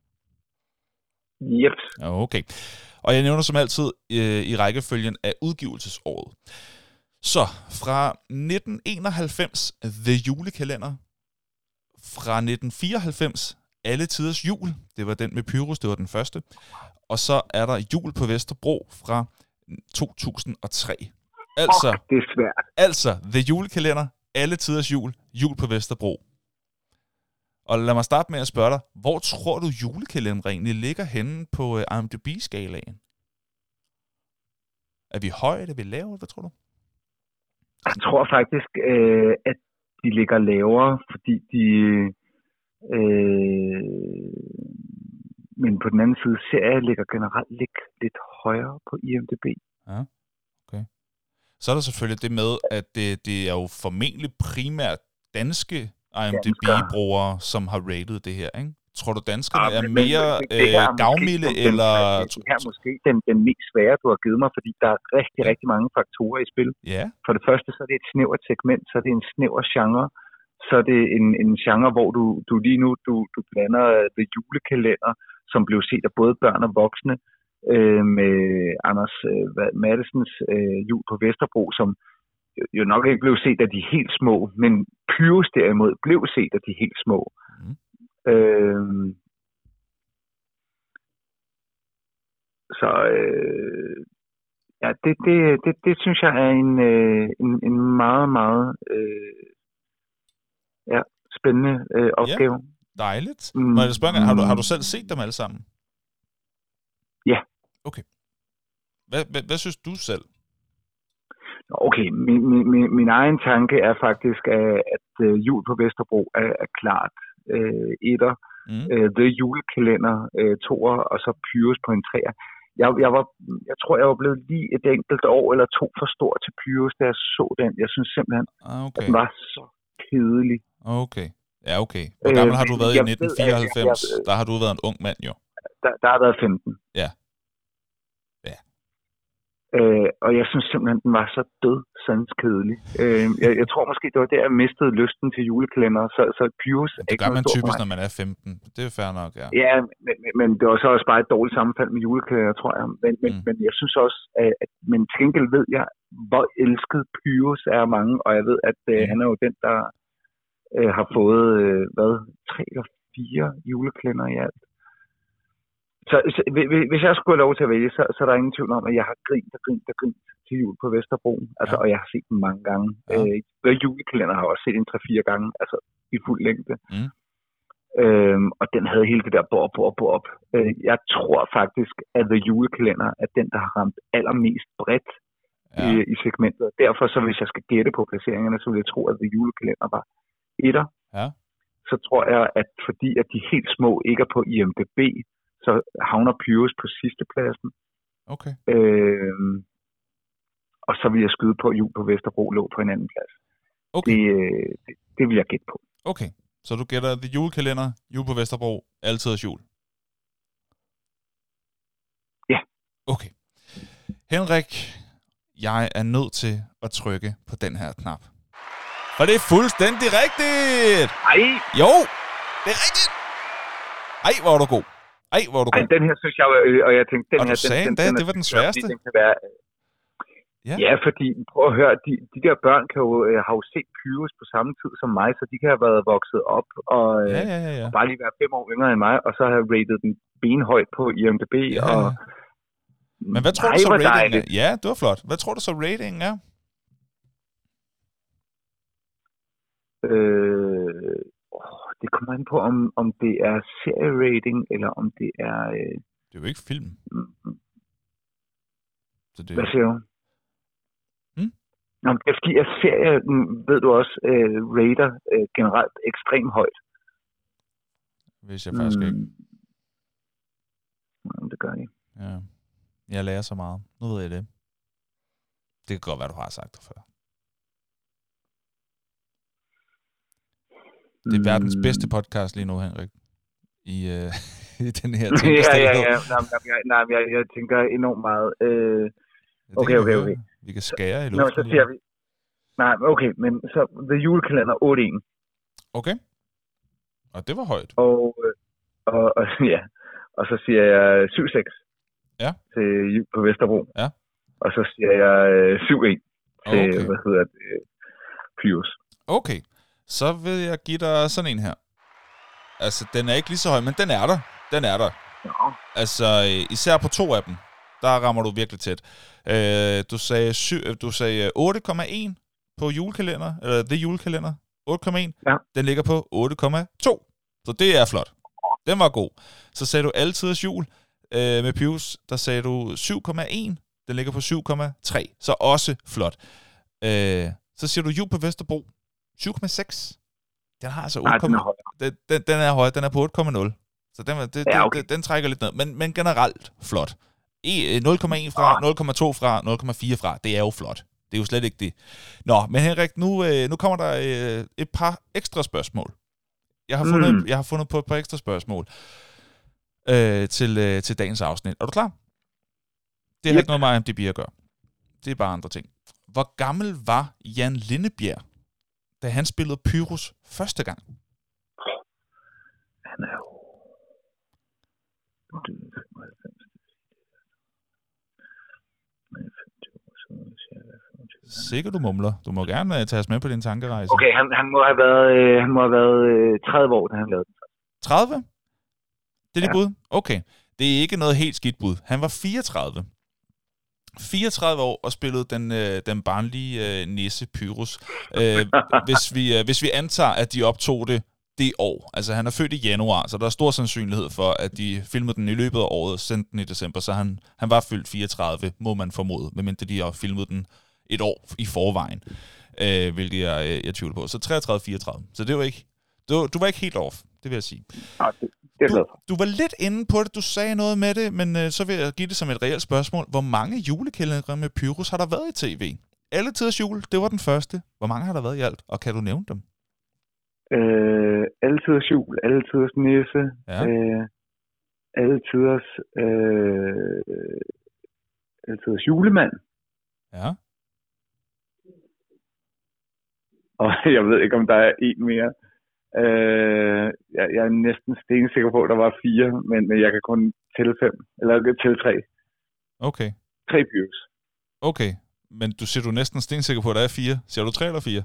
Yep. Okay. Og jeg nævner som altid øh, i rækkefølgen af udgivelsesåret. Så fra nitten enoghalvfems The Julekalender. Fra nitten fireoghalvfems Alle Tiders Jul. Det var den med Pyrus, det var den første. Og så er der Jul på Vesterbro fra to tusind og tre. Altså, oh, det er svært. Altså, The Julekalender, Alle Tiders Jul, Jul på Vesterbro. Og lad mig starte med at spørge dig, hvor tror du julekalenderen egentlig ligger henne på I M D B-skalaen? Er vi høje, er vi lave, hvad tror du? Jeg tror faktisk, øh, at de ligger lavere, fordi de... Øh, men på den anden side, serier ligger generelt lidt, lidt højere på I M D B. Ja, okay. Så er der selvfølgelig det med, at det, det er jo formentlig primært danske I M D B-brugere, som har rated det her, ikke? Tror du, danskerne ja, er mere øh, gavmilde, eller... Det her er måske den, den mest svære, du har givet mig, fordi der er rigtig, rigtig mange faktorer i spil. Ja. For det første, så er det et snævert segment, så er det en snæver genre, så er det en, en genre, hvor du, du lige nu du, du blander The Julekalender, som blev set af både børn og voksne, øh, med Anders øh, Mattesens øh, Jul på Vesterbro, som jo nok ikke blev set af de helt små, men Pyrus derimod blev set af de helt små. Mm. Øhm, så øh, ja, det, det, det, det synes jeg er en, øh, en, en meget, meget øh, ja, spændende øh, opgave. Ja, dejligt. Mm. Må jeg spørge, har, du, har du selv set dem alle sammen? Ja. Okay. Hvad, hvad, hvad synes du selv? Okay, min, min, min egen tanke er faktisk, at, at uh, Jul på Vesterbro er, er klart uh, etter, mm. uh, The Julekalender uh, toer, og så Pyrus på en treer. Jeg, jeg, var, jeg tror, jeg var blevet lige et enkelt år eller to for stor til Pyrus, da jeg så den. Jeg synes simpelthen, okay. at den var så kedelig. Okay, ja okay. Hvor gammel har du været øh, i nitten fireoghalvfems? Jeg, jeg, der har du været en ung mand jo. Der, der har været femten. Ja. Øh, og jeg synes simpelthen, den var så død sandskedelig. Øh, jeg, jeg tror måske, det var der, jeg mistede lysten til julekalender, så, så Pyrus er det gør man typisk, når man er femten. Det er fair nok, ja. Ja, men, men det var så også bare et dårligt sammenfald med julekalender, tror jeg. Men, men, mm. men jeg synes også, at, at men til gengæld ved jeg, hvor elsket Pyrus er mange, og jeg ved, at øh, mm. han er jo den, der øh, har fået, øh, hvad, tre eller fire julekalender i alt. Så, så hvis jeg skulle have lov til at vælge, så, så er der ingen tvivl om, at jeg har grint og grint og grint til Jul på Vesterbro. Altså, ja. Og jeg har set den mange gange. Ja. Øh, julekalender har jeg også set en tre-fire gange, altså i fuld længde. Mm. Øhm, og den havde hele det der bop, bop, bop. Øh, jeg tror faktisk, at The Julekalender er den, der har ramt allermest bredt ja. i, i segmentet. Derfor, så hvis jeg skal gætte på placeringerne, så vil jeg tro, at The Julekalender var etter. Ja. Så tror jeg, at fordi at de helt små ikke er på I M D B, så havner Pyrus på sidste pladsen. Okay. Øhm, og så vil jeg skyde på, at Jul på Vesterbro lå på en anden plads. Okay. Det, det, det vil jeg gætte på. Okay, så du gætter The Julekalender, Jul på Vesterbro, Altiders Jul? Ja. Okay. Henrik, jeg er nødt til at trykke på den her knap. For det er fuldstændig rigtigt! Ej! Jo, det er rigtigt! Ej, hvor er du god. Ej, hvor er du god. Ej, den her synes jeg, og jeg tænkte, den og her... du sagde den, endda, den, det var den sværeste. Den kan være, ja. ja, fordi, prøv at høre, de, de der børn kan jo, øh, har jo set Pyrus på samme tid som mig, så de kan have været vokset op og, øh, ja, ja, ja, ja. og bare lige være fem år yngre end mig, og så have rated den benhøjt på I M D B. Ja. Og, men hvad tror nej, du så ratingen dejligt. er? Ja, det var flot. Hvad tror du så ratingen er? Øh, åh, det kommer an på, om, om det er serie-rating, eller om det er... Øh, det er jo ikke film. Mm, så det... Hvad siger du? Hmm? Nå, det er fordi, at serie, ved du også, øh, rater øh, generelt ekstremt højt. Hvis jeg faktisk mm. ikke. Jamen, det gør jeg. Ja. Jeg lærer så meget. Nu ved jeg det. Det kan godt være, du har sagt det før. Det er verdens bedste podcast lige nu, Henrik. I, øh, i den her ting. ja, ja, ja. Nej, nej, nej, jeg, jeg tænker enormt meget. Øh, okay, okay, okay. Vi kan skære i luften. Nå, så siger vi. Nej, okay, men så The Julekalender otte en. Okay. Og det var højt. Og, og, og ja, og så siger jeg syv seks. Ja. Til Jul på Vesterbro. Ja. Og så siger jeg syv en til, okay. hvad hedder det, Pyrus. Okay. Så vil jeg give dig sådan en her. Altså, den er ikke lige så høj, men den er der. Den er der. Ja. Altså, især på to af dem, der rammer du virkelig tæt. Øh, du sagde, syv, du sagde otte komma en på julekalender, eller The Julekalender. otte komma en. Ja. Den ligger på otte komma to. Så det er flot. Den var god. Så sagde du Altiders Jul øh, med Pyrus. Der sagde du syv komma en. Den ligger på syv komma tre. Så også flot. Øh, så siger du Jul på Vesterbro. syv komma seks. Den har altså otte komma nul. Den, den, den er høj. Den er på otte komma nul. Så den, det, ja, okay. den, den trækker lidt ned. Men, men generelt flot. nul komma en fra, nul komma to fra, nul komma fire fra. Det er jo flot. Det er jo slet ikke det. Nå, men Henrik, nu, nu kommer der et par ekstra spørgsmål. Jeg har fundet, mm. jeg har fundet på et par ekstra spørgsmål øh, til, til dagens afsnit. Er du klar? Det har yep. ikke noget med I M D B at gøre. Det er bare andre ting. Hvor gammel var Jan Lindebjerg, da han spillede Pyrus første gang? Han er jo... Sikkert du mumler. Du må gerne uh, tage os med på din tankerejse. Okay, han, han må have været, øh, han må have været øh, tredive år, da han lavede den. tredive? Det er dit ja. bud? Okay. Det er ikke noget helt skidt bud. Han var fireogtredive. fireogtredive år og spillede den, øh, den barnlige øh, nisse Pyrus. Øh, hvis, vi, øh, hvis vi antager, at de optog det det år. Altså han er født i januar, så der er stor sandsynlighed for, at de filmede den i løbet af året og sendte den i december. Så han, han var fyldt fireogtredive, må man formode, medmindre de har filmet den et år i forvejen. Øh, hvilket jeg, jeg tvivler på. Så treogtredive fireogtredive. Så det var ikke, du, du var ikke helt off, det vil jeg sige. Nej, det, det er du, du var lidt inde på det, du sagde noget med det, men øh, så vil jeg give det som et reelt spørgsmål. Hvor mange julekalendere med Pyrus har der været i tv? Alle tiders jul, det var den første. Hvor mange har der været i alt, og kan du nævne dem? Øh, alle tiders jul, alle tiders nisse, ja. øh, alle tiders, øh, alle tiders julemand. Ja. Og jeg ved ikke, om der er en mere. Øh, jeg, jeg er næsten stensikker på, at der var fire, men, men jeg kan kun tælle fem, eller tælle tre. Okay. Tre Pyrus. Okay, men du siger, du er næsten stensikker på, at der er fire. Siger du tre eller fire?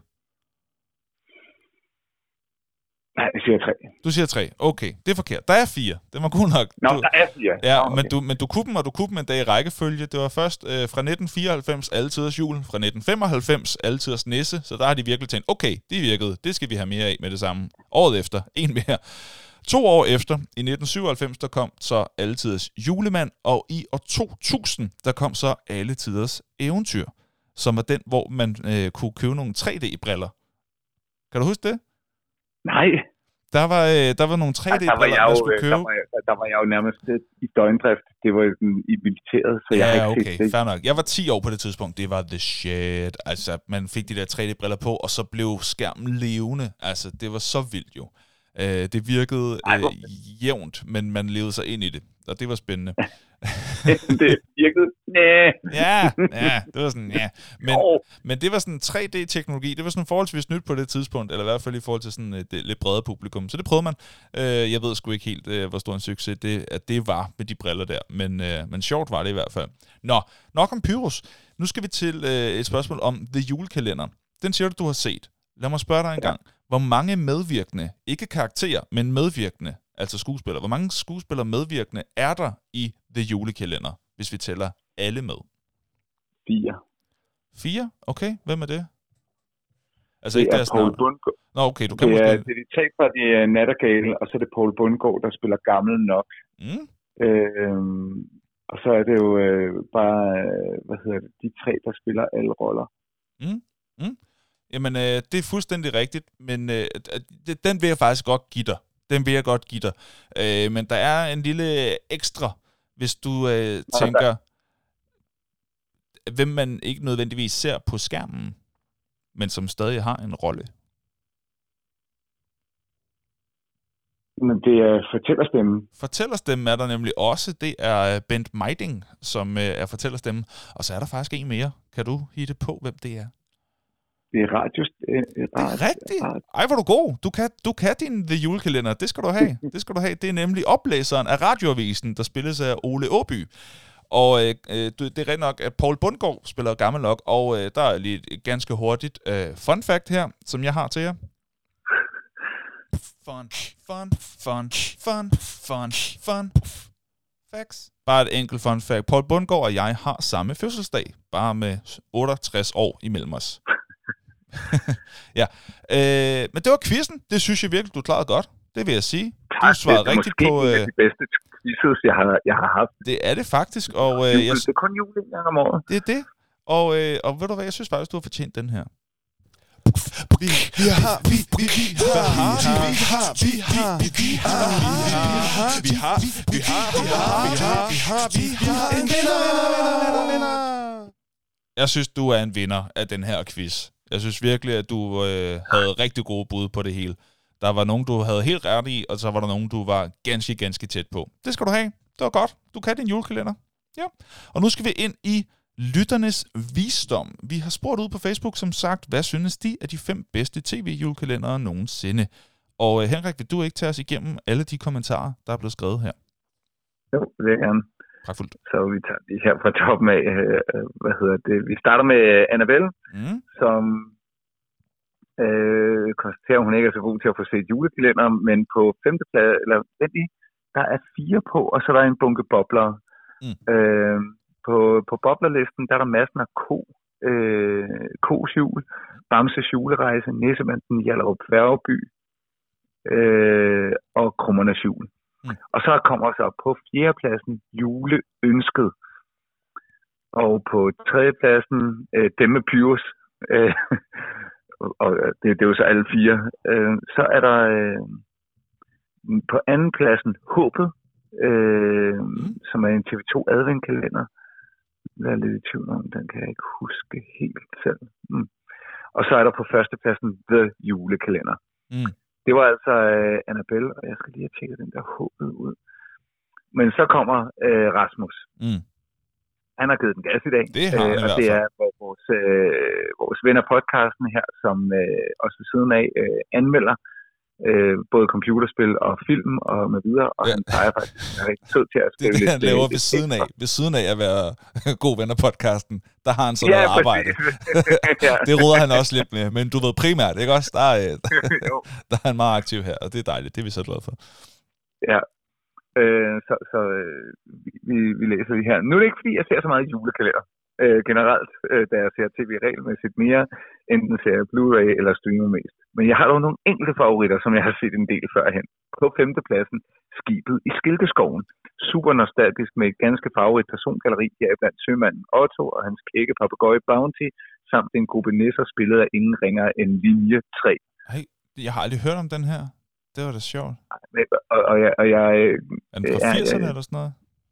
Nej, jeg siger tre. Du siger tre. Okay, det er forkert. Der er fire. Det var god nok. Nå, du, der er fire. Ja, okay. men, du, men du kunne dem, og du kunne dem en dag i rækkefølge. Det var først øh, fra nitten fireoghalvfems Alle Tiders Jul, fra nitten femoghalvfems Alle Tiders Nisse, så der har de virkelig tænkt, okay, det virkede, det skal vi have mere af med det samme. Året efter, en mere. To år efter, i nitten syvoghalvfems, der kom så Alle Tiders Julemand, og i år to tusind, der kom så Alle Tiders Eventyr, som var den, hvor man øh, kunne købe nogle tre D-briller. Kan du huske det? Nej. Der var, øh, der var nogle tre D-briller, jeg man skulle købe. Der var, jeg, der var jeg jo nærmest i døgndrift. Det var sådan i militæret, så ja, jeg har ikke okay, set det. fair nok. Jeg var ti år på det tidspunkt. Det var the shit. Altså, man fik de der tre D-briller på, og så blev skærmen levende. Altså, det var så vildt jo. Øh, det virkede øh, jævnt, men man levede sig ind i det. Og det var spændende. det virkede. Næh. Ja, ja, det var sådan, ja. Men, men det var sådan tre D-teknologi, det var sådan forholdsvis nyt på det tidspunkt, eller i hvert fald i forhold til sådan et, et lidt bredere publikum. Så det prøvede man. Øh, jeg ved sgu ikke helt, øh, hvor stor en succes det, at det var med de briller der, men, øh, men sjovt var det i hvert fald. Nå, nok om Pyrus. Nu skal vi til øh, et spørgsmål om The Julekalender. Den siger du, du har set. Lad mig spørge dig en gang. Hvor mange medvirkende, ikke karakterer, men medvirkende, altså skuespillere, hvor mange skuespillere medvirkende er der i The Julekalender, hvis vi tæller alle med? Fire. Fire? Okay, hvem er det? Altså det ikke er deres Paul navn. Bundgaard. Nå, okay, du kan det måske... Er, det er de tre fra det er Nattergale, og så er det Paul Bundgaard, der spiller gammel nok. Mm. Øhm, og så er det jo øh, bare, øh, hvad hedder det, de tre, der spiller alle roller. Mm. Mm. Jamen, øh, det er fuldstændig rigtigt, men øh, den vil jeg faktisk godt give dig. Den vil jeg godt give dig. Øh, men der er en lille ekstra, hvis du øh, tænker, hvem man ikke nødvendigvis ser på skærmen, men som stadig har en rolle. Men det er fortællerstemmen. Fortællerstemmen er der nemlig også. Det er Bent Meiding, som øh, er fortællerstemmen. Og så er der faktisk en mere. Kan du hitte på, hvem det er? Det er radio. Øh, det er rigtigt. Ej, hvor er du god. Du kan, du kan din The Julekalender. Det skal du have. Det skal du have. Det er nemlig oplæseren af radioavisen, der spilles af Ole Åby. Og øh, det er rent nok, at Paul Bundgaard spiller gammel nok, og øh, der er lige et ganske hurtigt øh, fun fact her, som jeg har til jer. Fun, fun, fun, fun, fun, fun, facts. Bare et enkelt fun fact. Paul Bundgaard og jeg har samme fødselsdag, bare med otteogtres år imellem os. ja. øh, men det var quizzen. Det synes jeg virkelig, du klarede godt. Det vil jeg sige. Du svarede rigtigt på... Det er måske de bedste quizzes, jeg har, jeg har haft. Det er det faktisk. Og, øh, jul, jeg, det er kun jul en gang om året. Det er det. Og, øh, og ved du hvad, jeg synes faktisk, du har fortjent den her. Vi har, vi, vi, vi har, vi har, vi har, vi har, vi har, vi har, vi har, vi har, vi har, vi har en vinder, vinder, vinder. Jeg synes, du er en vinder af den her quiz. Jeg synes virkelig, at du øh, havde rigtig gode bud på det hele. Der var nogen, du havde helt ret i, og så var der nogen, du var ganske, ganske tæt på. Det skal du have. Det var godt. Du kan din julekalender. Ja. Og nu skal vi ind i lytternes visdom. Vi har spurgt ud på Facebook, som sagt, hvad synes de af de fem bedste tv-julekalendere nogensinde? Og øh, Henrik, vil du ikke tage os igennem alle de kommentarer, der er blevet skrevet her? Jo, det vil jeg gerne. Pragtfuldt. Så vi tager det her fra toppen af, øh, hvad hedder det? Vi starter med Annabelle, mm. som øh, konstaterer, at hun ikke er så god til at få set julekalender, men på femte plads, eller venlig, der er fire på, og så er der en bunke bobler. Mm. Øh, på, på boblerlisten, der er der massen af ko, øh, Kos jul, Bamses julerejse, Nissemanden, Hjallerup Færgeby øh, og Krummernes jul. Mm. Og så kommer så på fjerdepladsen Juleønsket. Og på tredjepladsen øh, Dem med Pyrus. Øh, og det, det er jo så alle fire. Øh, så er der øh, på andenpladsen Håbet, øh, mm. som er en T V to adventkalender. Jeg er lidt i tvivl om, den kan jeg ikke huske helt selv. Mm. Og så er der på førstepladsen The Julekalender. Mm. Det var altså uh, Annabelle, og jeg skal lige have tjekket den der Håbet ud. Men så kommer uh, Rasmus. Mm. Han har givet den gas i dag. Det har han uh, og det er vores, uh, vores ven af podcasten her, som uh, også ved siden af uh, anmelder uh, både computerspil og film og med videre. Og ja. Han plejer faktisk at være rigtig sød til at skrive lidt. Det er det, han laver lidt, ved siden af. Ved siden af at være god ven af podcasten. Der har han sådan ja, noget arbejde. ja. Det råder han også lidt med. Men du ved primært, ikke også? Der er, der er han meget aktiv her, og det er dejligt. Det er vi så glade for. Ja. Øh, så så øh, vi, vi læser det her. Nu er det ikke, fordi jeg ser så meget julekalender øh, generelt, øh, da jeg ser tv regelmæssigt mere, enten ser jeg Blu-ray eller streamer mest. Men jeg har dog nogle enkelte favoritter, som jeg har set en del førhen. På femtepladsen, Skibet i Skilteskoven. Super nostalgisk med et ganske farverigt persongalleri her blandt sømanden Otto og hans kække papegøje Bounty, samt en gruppe nisser spillet af ingen ringer end linje tre. Hey, jeg har aldrig hørt om den her. Det var da sjovt. Og, og, jeg, og jeg... Er den fra firserne eller sådan noget?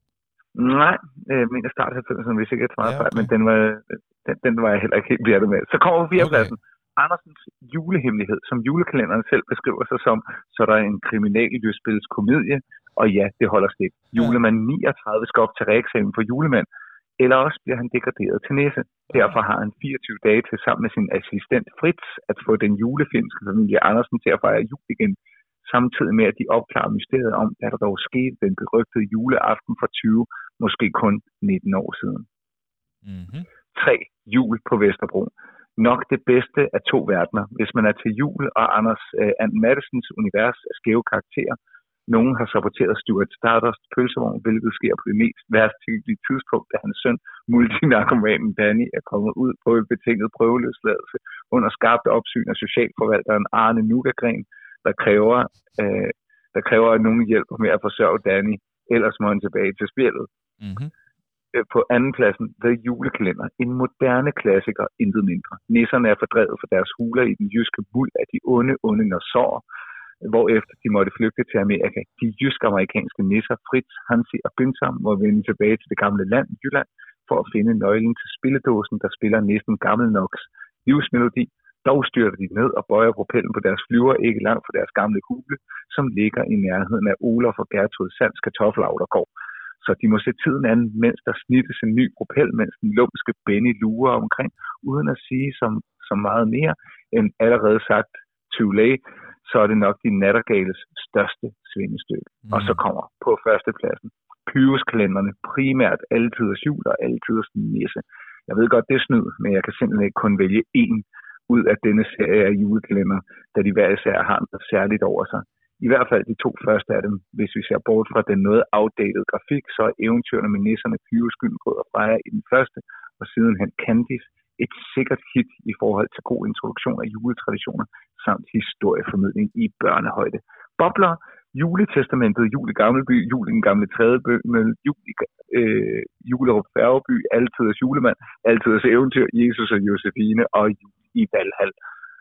Nej, jeg mener start halvfemserne, hvis ikke jeg tager meget ja, fejl, okay. men den var, den, den var jeg heller ikke helt bjertet med. Så kommer vi fjerdepladsen. Okay. Andersens julehemmelighed, som julekalenderen selv beskriver sig som, så der er en kriminallystspilskomedie, og ja, det holder stik. Ja. Julemand niogtredive skal op til reeksamen for julemand, eller også bliver han degraderet til næse. Derfor har han fireogtyve dage til sammen med sin assistent Fritz at få den julefilmske familie Andersen til at fejre jul igen, samtidig med at de opklarer mysteriet om, hvad der dog skete den berygtede juleaften for tyve, måske kun nitten år siden. Mm-hmm. tre. Jul på Vesterbro. Nok det bedste af to verdener. Hvis man er til jul og Anders uh, And Madisons univers af skæve karakterer. Nogen har saboteret Stuart Stardust pølsevogn, hvilket sker på det mest værtstillige tidspunkt, da hans søn, multinarkomanen Danny, er kommet ud på et betinget prøveløsladelse under skarpt opsyn af socialforvalteren Arne Nugagren, der kræver, øh, der kræver, at nogen hjælper med at forsørge Danny, ellers må han tilbage til spillet. Mm-hmm. På andenpladsen, The Julekalender. En moderne klassiker, intet mindre. Nisserne er fordrevet fra deres huler i den jyske muld af de onde, onde Nosår, hvorefter de måtte flygte til Amerika. De jysk-amerikanske nisser, Fritz, Hansi og Günther, må vende tilbage til det gamle land, Jylland, for at finde nøglen til spilledåsen, der spiller næsten gammel noks livsmelodi. Dog styrter de ned og bøjer propellen på deres flyver ikke langt fra deres gamle hule, som ligger i nærheden af Olaf og Gertrud Sands kartoffelavdergård. Så de må se tiden an, mens der snittes en ny propel, mens den lumske Benny lurer omkring, uden at sige som, som meget mere end allerede sagt too late, så er det nok de nattergales største svindestykke. Mm. Og så kommer på førstepladsen Pyruskalenderne, primært Alletiders Jul og Alletiders Nisse. Jeg ved godt, det er snyd, men jeg kan simpelthen ikke kun vælge én ud af denne serie af julekalender, da de hver især har noget særligt over sig. I hvert fald de to første af dem, hvis vi ser bort fra den noget outdated grafik, så er eventyrene med nisserne Pyrus, Gyldengrød og Freja i den første, og sidenhen Candice et sikkert hit i forhold til god introduktion af juletraditioner, samt historieformidling i børnehøjde. Bobler, Juletestamentet, Jul i Gammelby, Jul i den gamle Trædeby, Jul i øh, Julerup Færgeby, Altiders Julemand, Altiders Eventyr, Jesus og Josefine og Jul i Valhall.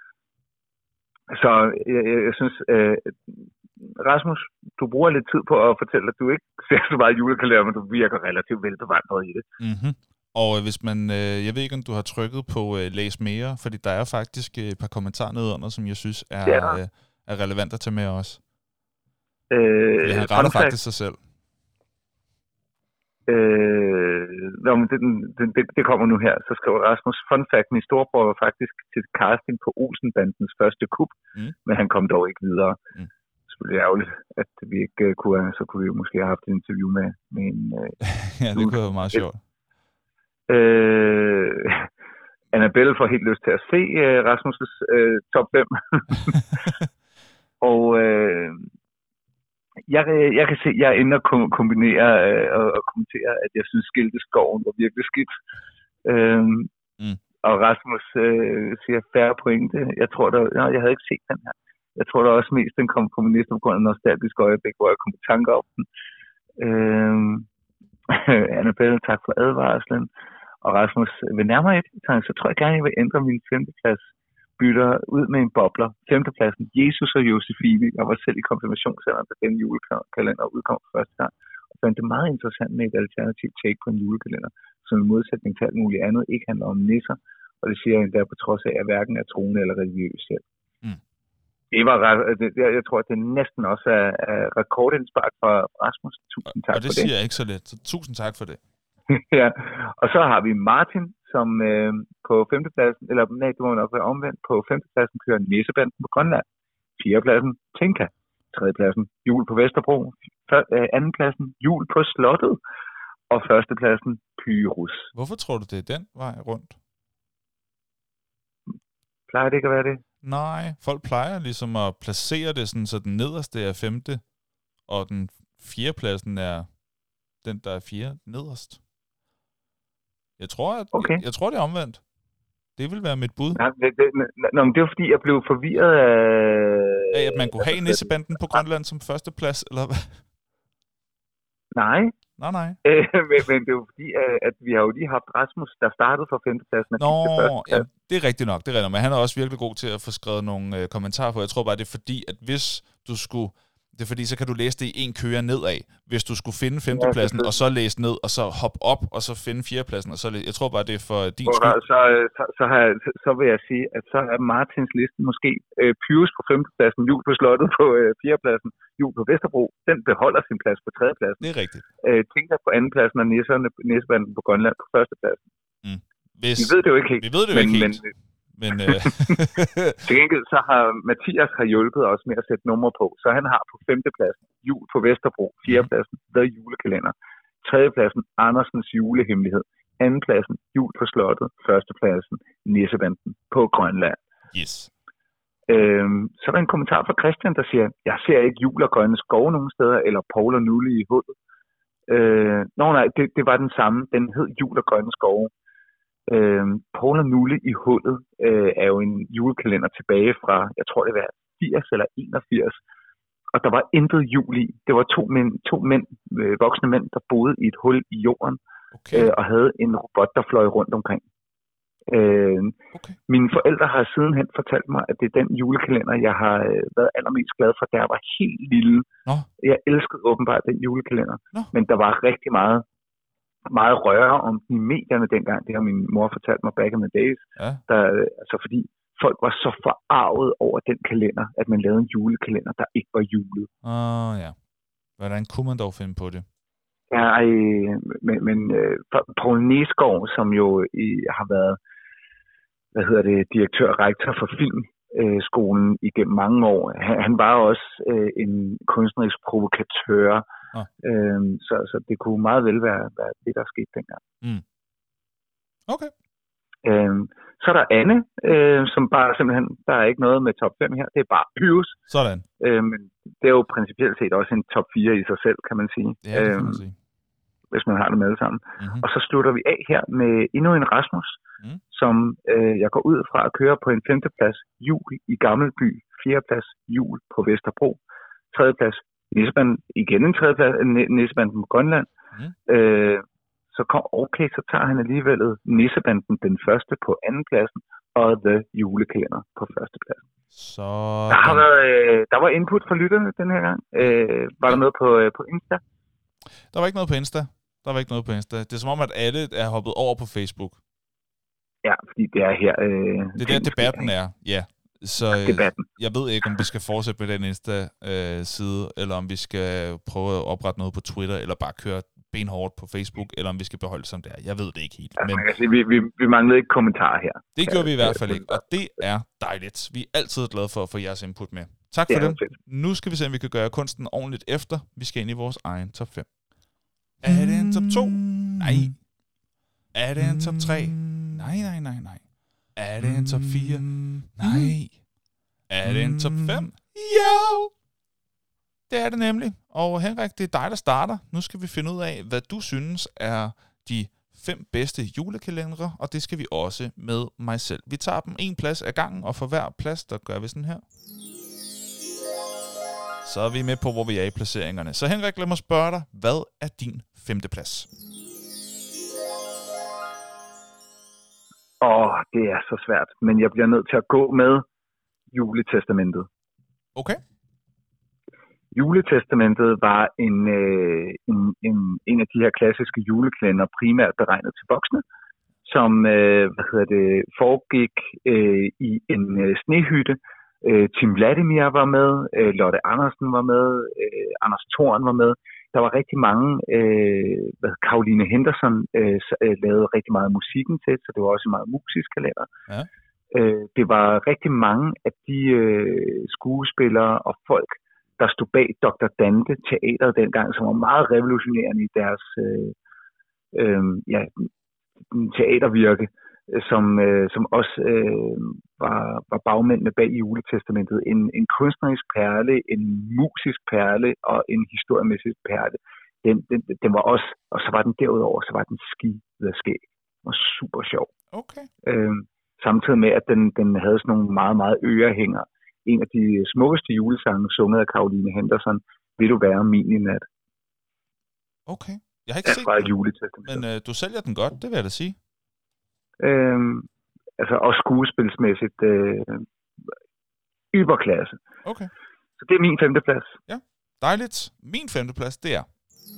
Så jeg, jeg, jeg synes, øh, Rasmus, du bruger lidt tid på at fortælle, at du ikke ser så meget julekalender, men du virker relativt velbevandret i det. Mm-hmm. Og hvis man, øh, jeg ved ikke, om du har trykket på øh, læs mere, fordi der er faktisk et par kommentarer nedenunder, som jeg synes er, ja. øh, er relevant at tage med også. Øh, han retter faktisk sig selv. Øh, nå, men det, det, det, det kommer nu her. Så skriver Rasmus, fun fact, min storebror var faktisk til casting på Olsenbandens første kup, mm. men han kom dog ikke videre. Mm. Selvfølgelig ærgerligt, at vi ikke uh, kunne, så kunne vi jo måske have haft et interview med, med en... Uh, ja, det kunne være meget sjovt. Øh, Annabelle får helt lyst til at se uh, Rasmus' uh, top fem. Og... Uh, Jeg, jeg kan se, jeg er inde og kombinere øh, og, og kommentere, at jeg synes, Skilteskoven var virkelig skidt. Øhm, mm. Og Rasmus øh, siger færre pointe. Jeg tror, der, nej, jeg havde ikke set den her. Jeg tror, der også mest den kom på minister på grund af nostalgisk øjeblik, hvor jeg kom i tanker om den. Øhm, Annabelle, tak for advarslen. Og Rasmus, ved nærmere eftertanke, så tror jeg gerne, jeg vil ændre min femteplads. Bytter ud med en bobler. Femtepladsen, Jesus og Josefine. Jeg var selv i konfirmationsalderen, da den julekalender udkom første gang. Og fandt det meget interessant med et alternativt take på en julekalender, som i modsætning til alt muligt andet ikke handler om nisser. Og det siger jeg endda på trods af, at hverken er troende eller religiøs selv. Mm. Det var ret, det, jeg, jeg tror, at det næsten også er, er rekordindspark fra Rasmus. Tusind tak for det. Og det siger jeg ikke så let, så tusind tak for det. Ja, og så har vi Martin, som øh, på femtepladsen, eller nej, det må nok være omvendt, på femtepladsen kører Nissebanden på Grønland. Fjerdepladsen, Tinka. Tredjepladsen, Jul på Vesterbro. Før, øh, andenpladsen, Jul på Slottet. Og førstepladsen, Pyrus. Hvorfor tror du, det er den vej rundt? Plejer det ikke at være det? Nej, folk plejer ligesom at placere det sådan, så den nederste er femte, og den fjerdepladsen er den, der er fjerde nederst. Jeg tror, at, okay. jeg, jeg tror, det er omvendt. Det vil være mit bud. Nej, det, det, nå, men det er fordi, jeg blev forvirret af... Af, at man kunne have Nissebanden på Grønland som førsteplads, eller hvad? Nej. Nej, nej. Øh, men, men det er jo fordi, at vi har jo lige haft Rasmus, der startede fra femtepladsen. Nå, ja, det er rigtigt nok, det er rigtigt nok. Men han er også virkelig god til at få skrevet nogle øh, kommentarer på. Jeg tror bare, det er fordi, at hvis du skulle... Det er fordi, så kan du læse det i en køre nedad, hvis du skulle finde femtepladsen, ja, og så læse ned, og så hoppe op, og så finde fjerdepladsen, og så læse. Jeg tror bare, det er for din skyld. Så, så, så, har jeg, så vil jeg sige, at så er Martins liste måske øh, Pyrus på femtepladsen, Jul på Slottet på øh, fjerdepladsen, Jul på Vesterbro, den beholder sin plads på tredjepladsen. Det er rigtigt. Øh, Tinker på andenpladsen, og Nissebanden på Grønland på førstepladsen. Mm. Hvis... Vi ved det jo ikke helt. Vi ved det jo men, ikke helt. Men, Men, øh... til gengæld så har Mathias har hjulpet os med at sætte numre på, så han har på femtepladsen Jul på Vesterbro, fjerdepladsen The Julekalender, tredjepladsen Andersens julehemmelighed, andenpladsen Jul på Slottet, førstepladsen Nissebanden på Grønland. Yes. Øhm, så er der en kommentar fra Christian, der siger, jeg ser ikke Jul og Grønne Skove nogen steder, eller Paul og Nulle i hullet. Øh, Nå nej, det, det var den samme, den hed Jul og Grønne Skove. Øh, Paul og Nulle i hullet øh, er jo en julekalender tilbage fra, jeg tror det var firs eller enogfirs, og der var intet jul i. Det var to mænd, to mænd øh, voksne mænd, der boede i et hul i jorden, okay. øh, og havde en robot, der fløj rundt omkring. Øh, okay. Mine forældre har sidenhen fortalt mig, at det er den julekalender, jeg har øh, været allermest glad for, da jeg var helt lille. Nå. Jeg elskede åbenbart den julekalender, Nå. men der var rigtig meget meget røre om den i medierne dengang. Det har min mor fortalt mig back in the days. Ja. Der, altså fordi folk var så forarvet over den kalender, at man lavede en julekalender, der ikke var julet. Åh oh, ja. Hvordan kunne man dog finde på det? Ja, ej, men, men uh, Poul Nesgaard, som jo i, har været hvad hedder det, direktør og rektor for filmskolen uh, igennem mange år, han, han var også uh, en kunstnerisk provokatør. Ah. Øhm, så, så det kunne meget vel være, være det, der skete dengang. Mm. Okay. Øhm, så er der Anne, øh, som bare simpelthen, der er ikke noget med top fem her, det er bare Pyrus. Sådan. Øhm, men det er jo principielt set også en top fire i sig selv, kan man sige. Ja, det kan man sige. Øhm, hvis man har det med alle sammen. Mm-hmm. Og så slutter vi af her med endnu en Rasmus, mm. som øh, jeg går ud fra at køre på en femteplads, Jul i Gammelby, fjerdeplads, Jul på Vesterbro, tredjeplads, Nissebanden, igen en tredjeplads, Nissebanden på Grønland. Mm. Øh, så kom, okay, så tager han alligevel Nissebanden den første på andenpladsen, og The Julekalender på førstepladsen. Så der, har været, øh, der var input fra lytterne den her gang. Øh, var der noget på, øh, på Insta? Der var ikke noget på Insta. Der var ikke noget på Insta. Det er som om, at alle er hoppet over på Facebook. Ja, fordi det er her... Øh, det er der debatten er, ja. Så øh, jeg ved ikke, om vi skal fortsætte med den Insta-side, øh, eller om vi skal prøve at oprette noget på Twitter, eller bare køre benhårdt på Facebook, eller om vi skal beholde det som det er. Jeg ved det ikke helt. Ja, men sige, vi, vi, vi manglede ikke kommentarer her. Det gjorde vi i hvert fald ikke, og det er dejligt. Vi er altid glade for at få jeres input med. Tak for det. det. Nu skal vi se, om vi kan gøre kunsten ordentligt efter. Vi skal ind i vores egen top fem. Er det en top to? Nej. Er det en top tre? Nej, nej, nej, nej. Er det en top fire? Nej. Er det en top fem? Jo! Det er det nemlig. Og Henrik, det er dig, der starter. Nu skal vi finde ud af, hvad du synes er de fem bedste julekalendere, og det skal vi også med mig selv. Vi tager dem en plads ad gangen, og for hver plads, der gør vi sådan her. Så er vi med på, hvor vi er i placeringerne. Så Henrik, lad mig spørge dig, hvad er din femte plads? Åh, oh, det er så svært, men jeg bliver nødt til at gå med Juletestamentet. Okay. Juletestamentet var en, øh, en, en, en af de her klassiske julekalender, primært beregnet til voksne, som øh, hvad hedder det, foregik øh, i en øh, snehytte. Øh, Tim Vladimir var med, øh, Lotte Andersen var med, øh, Anders Thorn var med. Der var rigtig mange, øh, hvad, Caroline Henderson øh, lavede rigtig meget musikken til, så det var også en meget musisk kalender. Ja. Øh, det var rigtig mange af de øh, skuespillere og folk, der stod bag doktor Dante teateret dengang, som var meget revolutionerende i deres øh, øh, ja, teatervirke, som, øh, som også øh, var, var bagmændene bag Juletestamentet. En, en kunstnerisk perle, en musisk perle og en historiemæssig perle. Den, den, den var også, og så var den derudover, så var den skide skæg. Den var super sjov. Okay. Øh, samtidig med, at den, den havde sådan nogle meget, meget ørehænger. En af de smukkeste julesange, sunget af Caroline Henderson, Vil du være min i nat. Okay. Jeg har ikke ja, set fra den, Juletestamentet. men øh, du sælger den godt, det vil jeg da sige. Øhm, altså, og skuespilsmæssigt øh, yberklasse. Okay. Så det er min femteplads. Ja, dejligt. Min femteplads, det er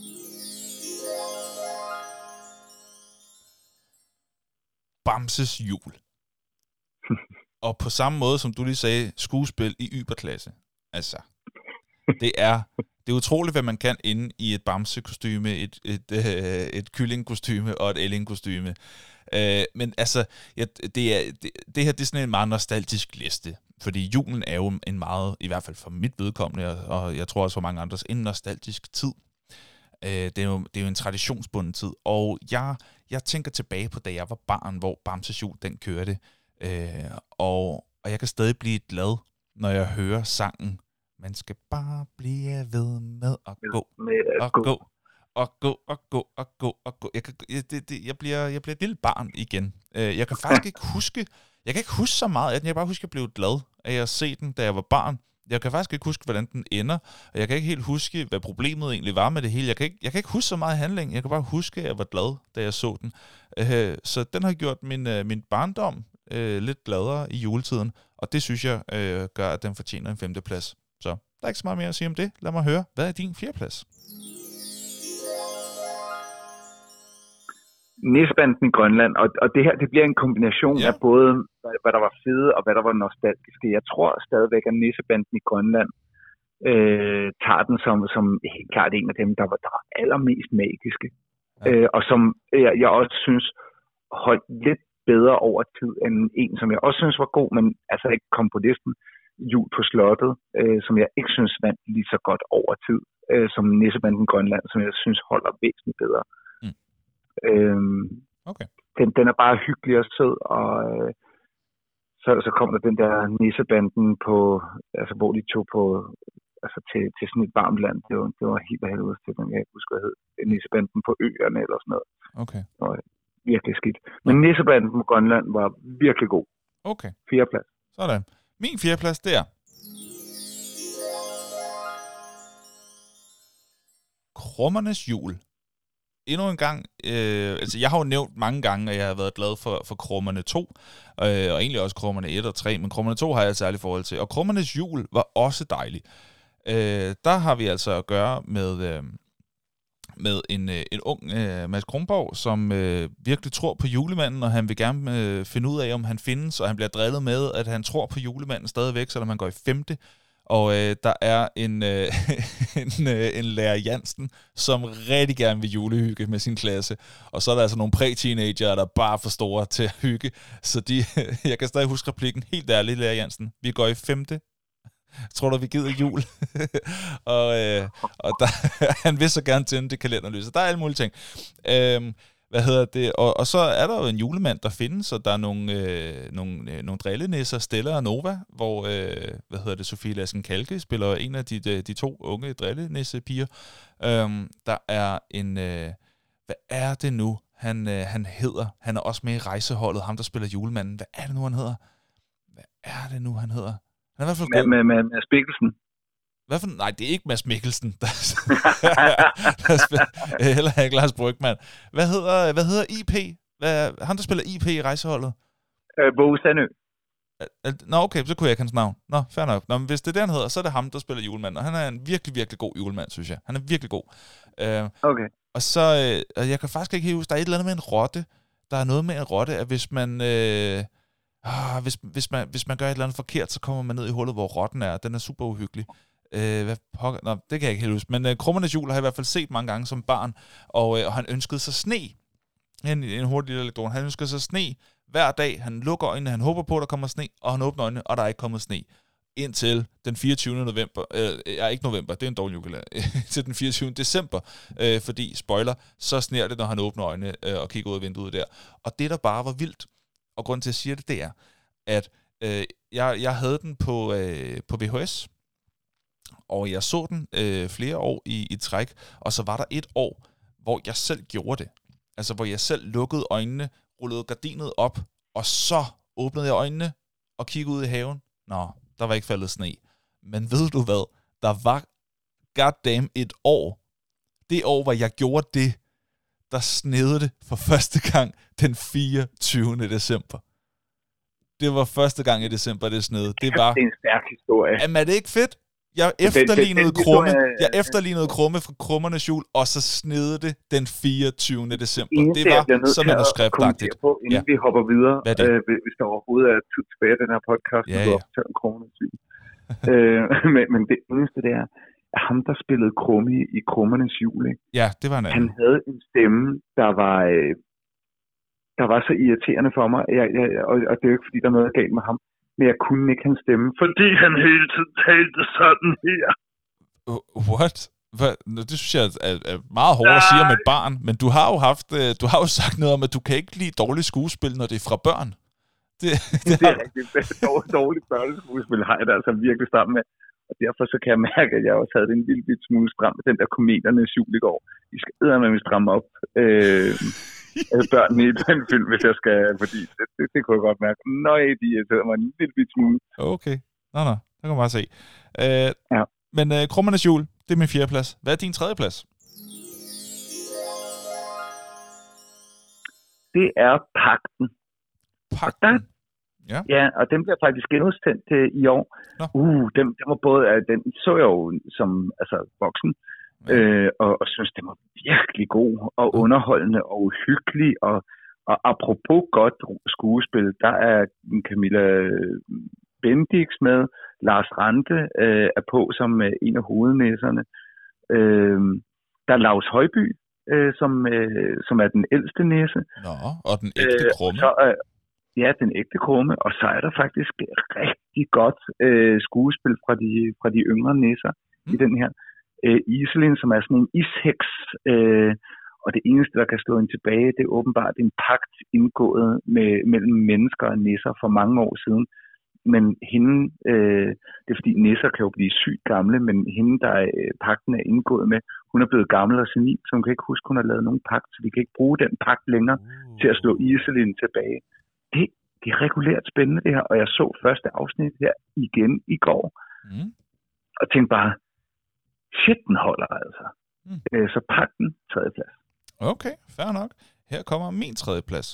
Bamses Jul. Og på samme måde, som du lige sagde, skuespil i yberklasse. Altså, det er, det er utroligt, hvad man kan inde i et bamsekostyme, et, et, øh, et kyllingkostyme og et ellingkostyme. Øh, men altså, ja, det, er, det, det her det er sådan en meget nostalgisk liste. Fordi julen er jo en meget, i hvert fald for mit vedkommende, og jeg tror også for mange andres, en nostalgisk tid. Øh, det, er jo, det er jo en traditionsbunden tid. Og jeg, jeg tænker tilbage på, da jeg var barn, hvor Bamses Jul, den kørte. Øh, og, og jeg kan stadig blive glad, når jeg hører sangen. Man skal bare blive ved med at gå, og gå, og gå, og gå, og gå, og gå. Jeg, kan, jeg, det, det, jeg, bliver, jeg bliver et lille barn igen. Øh, jeg kan faktisk ikke huske, jeg kan ikke huske så meget af den. Jeg kan bare huske, at jeg blev glad af at se den, da jeg var barn. Jeg kan faktisk ikke huske, hvordan den ender, og jeg kan ikke helt huske, hvad problemet egentlig var med det hele. Jeg kan ikke, jeg kan ikke huske så meget handling. Jeg kan bare huske, at jeg var glad, da jeg så den. Øh, så den har gjort min, øh, min barndom øh, lidt gladere i juletiden, og det synes jeg øh, gør, at den fortjener en femteplads. Så der er ikke så meget mere at sige om det. Lad mig høre, hvad er din fjerdeplads? Nissebanden i Grønland, og, og det her, det bliver en kombination ja. af både, hvad, hvad der var fede, og hvad der var nostalgiske. Jeg tror stadigvæk, at Nissebanden i Grønland øh, tager den som, som helt klart en af dem, der var, der var allermest magiske. Ja. Øh, og som jeg, jeg også synes holdt lidt bedre over tid, end en, som jeg også synes var god, men altså ikke kom på listen, Jul på Slottet, øh, som jeg ikke synes vandt lige så godt over tid, øh, som Nissebanden i Grønland, som jeg synes holder væsentligt bedre. Mm. Øhm, okay. den, den er bare hyggelig og sød, og øh, så, så kom der den der Nissebanden på, altså hvor de tog på, altså til, til sådan et varmt land, det var, det var helt af helvede til, den jeg ikke husker, hvad hed, Nissebanden på øerne eller sådan noget. Okay. Og, virkelig skidt. Men Nissebanden på Grønland var virkelig god. Okay. Fjerdeplads. Sådan. Min fjerdeplads, det er Krummernes Jul. Endnu en gang, øh, altså jeg har jo nævnt mange gange, at jeg har været glad for, for Krummerne to, øh, og egentlig også Krummerne et og tre, men Krummerne to har jeg et særligt forhold til. Og Krummernes Jul var også dejlig. Øh, der har vi altså at gøre med... Øh, med en, en ung uh, Mads Kronborg, som uh, virkelig tror på julemanden, og han vil gerne uh, finde ud af, om han findes, og han bliver drillet med, at han tror på julemanden stadigvæk, selvom han går i femte. Og uh, der er en, uh, en, uh, en lærer Jansen, som rigtig gerne vil julehygge med sin klasse. Og så er der altså nogle præ-teenager, der er bare for store til at hygge. Så de, jeg kan stadig huske replikken, helt ærligt, lærer Jansen. Vi går i femte. Tror du, vi gider jul? og øh, og der, han vil så gerne tænde det kalenderlys. Der er alle mulige ting. Øhm, hvad hedder det? Og, og så er der jo en julemand, der findes, og der er nogle, øh, nogle, øh, nogle drillenisser, Stella og Nova, hvor øh, hvad hedder det, Sofie Lassen Kalke spiller en af de, de, de to unge drillenissepiger. Øhm, der er en... Øh, hvad er det nu, han, øh, han hedder? Han er også med i rejseholdet, ham der spiller julemanden. Hvad er det nu, han hedder? Hvad er det nu, han hedder? Han er i hvert fald med, med, med Mads Mikkelsen. Hvad for? Nej, det er ikke Mads Mikkelsen. Der, der spiller, heller ikke Lars Brygmann. Hvad hedder, hvad hedder I P? Hvad, han, der spiller I P i rejseholdet? Øh, Bo Sandø. Nå, okay, så kunne jeg ikke hans navn. Nå, fair nok. Nå, men hvis det er det, han hedder, så er det ham, der spiller julemanden. Og han er en virkelig, virkelig god julemand, synes jeg. Han er virkelig god. Uh, okay. Og så, uh, jeg kan faktisk ikke helt huske, der er et eller andet med en rotte. Der er noget med en rotte, at hvis man... Uh, Ah, hvis, hvis, man, hvis man gør et eller andet forkert, så kommer man ned i hullet, hvor rotten er. Den er super uhyggelig. Øh, hvad pokker? Nå, det kan jeg ikke helt huske. Men uh, Krummernes Jul har jeg i hvert fald set mange gange som barn, og, uh, og han ønskede sig sne. En, en hurtig lille anekdote. Han ønskede sig sne hver dag. Han lukker øjnene, han håber på, at der kommer sne, og han åbner øjnene, og der er ikke kommet sne. Indtil den fireogtyvende november, øh, ja, ikke november, det er en dårlig julekalender, til den fireogtyvende december, øh, fordi, spoiler, så sner det, når han åbner øjnene øh, og kigger ud af vinduet der. Og det, der bare var vildt, og grunden til, at jeg siger det, det er, at øh, jeg, jeg havde den på, øh, på V H S, og jeg så den øh, flere år i, i træk, og så var der et år, hvor jeg selv gjorde det. Altså, hvor jeg selv lukkede øjnene, rullede gardinet op, og så åbnede jeg øjnene og kiggede ud i haven. Nå, der var ikke faldet sne. Men ved du hvad? Der var goddamn et år. Det år, hvor jeg gjorde det, der snede det for første gang den fireogtyvende december. Det var første gang i december, det snede. Det var... Det er en stærk historie. Jamen, er det ikke fedt? Jeg efterlignede den, den, den Krumme, historie, jeg efterlignede Krumme fra Krummernes Jul, og så snede det den fireogtyvende december. Eneste, det var så manuskriptagtigt. På, inden ja. vi hopper videre, øh, hvis der overhovedet er tid tilbage i den her podcast, ja, ja. Du optager om Krummernes Jul. øh, men, men det eneste, det er, at ham, der spillede Krumme i, i Krummernes Jul, ikke? Ja, det var en anden. Han havde en stemme, der var, øh, der var så irriterende for mig, jeg, jeg, og, og det er jo ikke, fordi der er noget galt med ham, men jeg kunne ikke hans stemme, fordi han hele tiden talte sådan her. What? Hvad? Det synes jeg er, er meget hårdt at sige om et barn, men du har jo haft, du har jo sagt noget om, at du kan ikke lide dårligt skuespil, når det er fra børn. Det, det, det er rigtigt. Dårligt, dårligt børneskuespil har jeg da altså virkelig sammen med, og derfor så kan jeg mærke, at jeg også havde en lille smule stram med den der Komediernes Jul i går. Vi skal eddermame stramme op øh, børnene i den film, hvis jeg skal, fordi det, det, det kunne jeg godt mærke. Nøj, de irriterer mig en lille smule. Okay. Nå, nå. Det kan man bare se. Øh, ja. Men uh, Krummernes Jul, det er min fjerde plads. Hvad er din tredje plads? Det er Pagten. Pagten? Ja. Ja, og den bliver faktisk genudsendt uh, i år. Nå. Uh, den, den var både, uh, den så jeg jo som altså, voksen, ja. øh, og, og synes, den var virkelig god og underholdende og uhyggelig. Og, og apropos godt skuespil, der er Camilla Bendix med, Lars Rante øh, er på som øh, en af hovednæsserne. Øh, der er Laus Højby, øh, som, øh, som er den ældste næse. Nå, og den ægte Krumme. Øh, øh, ja, den ægte Krumme. Og så er der faktisk rigtig godt øh, skuespil fra de, fra de yngre næsser mm. i den her. Øh, Iselin, som er sådan en isheks, øh, og det eneste, der kan slå hende tilbage, det er åbenbart en pagt indgået med, mellem mennesker og næsser for mange år siden. Men hende, øh, det er fordi nisser kan jo blive sygt gamle, men hende, der øh, pagten er indgået med, hun er blevet gammel og senil, så hun kan ikke huske, hun har lavet nogen pagt, så vi kan ikke bruge den pagt længere uh. til at slå Iselin tilbage. Det, det er regulært spændende det her, og jeg så første afsnit her igen i går, mm. og tænkte bare, shit, den holder altså. Mm. Øh, så pagten, tredje plads. Okay, fair nok. Her kommer min tredje plads.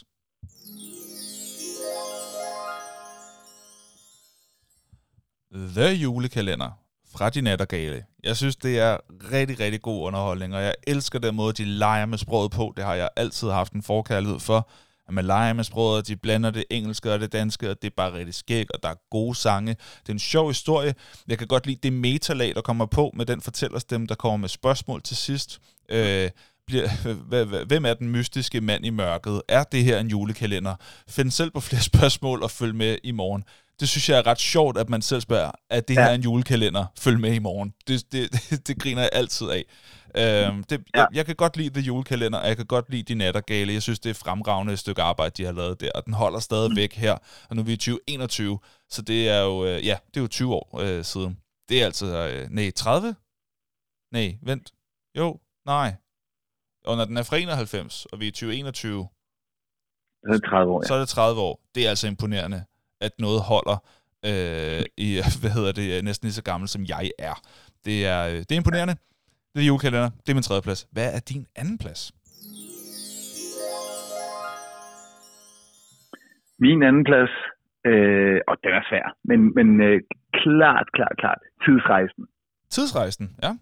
The Julekalender fra De Nattergale. Jeg synes, det er rigtig, rigtig god underholdning, og jeg elsker den måde, de leger med sproget på. Det har jeg altid haft en forkærlighed for. At man leger med sproget, de blander det engelske og det danske, og det er bare rigtig skæg, og der er gode sange. Det er en sjov historie. Jeg kan godt lide det metalag, der kommer på med den fortællerstemme, der kommer med spørgsmål til sidst. Øh, bliver, hvem er den mystiske mand i mørket? Er det her en julekalender? Find selv på flere spørgsmål og følg med i morgen. Det synes jeg er ret sjovt, at man selv spørger, at det ja. her er en julekalender, følg med i morgen. Det, det, det, det griner jeg altid af. Øhm, det, ja. jeg, jeg kan godt lide The Julekalender, og jeg kan godt lide De Nattergale. Jeg synes, det er et fremragende stykke arbejde, de har lavet der, og den holder stadigvæk her. Og nu er vi i tyve enogtyve, så det er jo, øh, ja, det er jo tyve år øh, siden. Det er altså, øh, nej, tredive? Nej, vent. Jo, nej. Og når den er fra enoghalvfems, og vi er i tyve enogtyve, så er det tredive år, ja. Så er det tredive år. Det er altså imponerende, at noget holder øh, i, hvad hedder det, næsten lige så gammel, som jeg er. Det er, det er imponerende. Det er Julekalender. Det er min tredje plads. Hvad er din anden plads? Min anden plads, øh, og den er svær, men, men øh, klart, klart, klart, Tidsrejsen. Tidsrejsen, ja.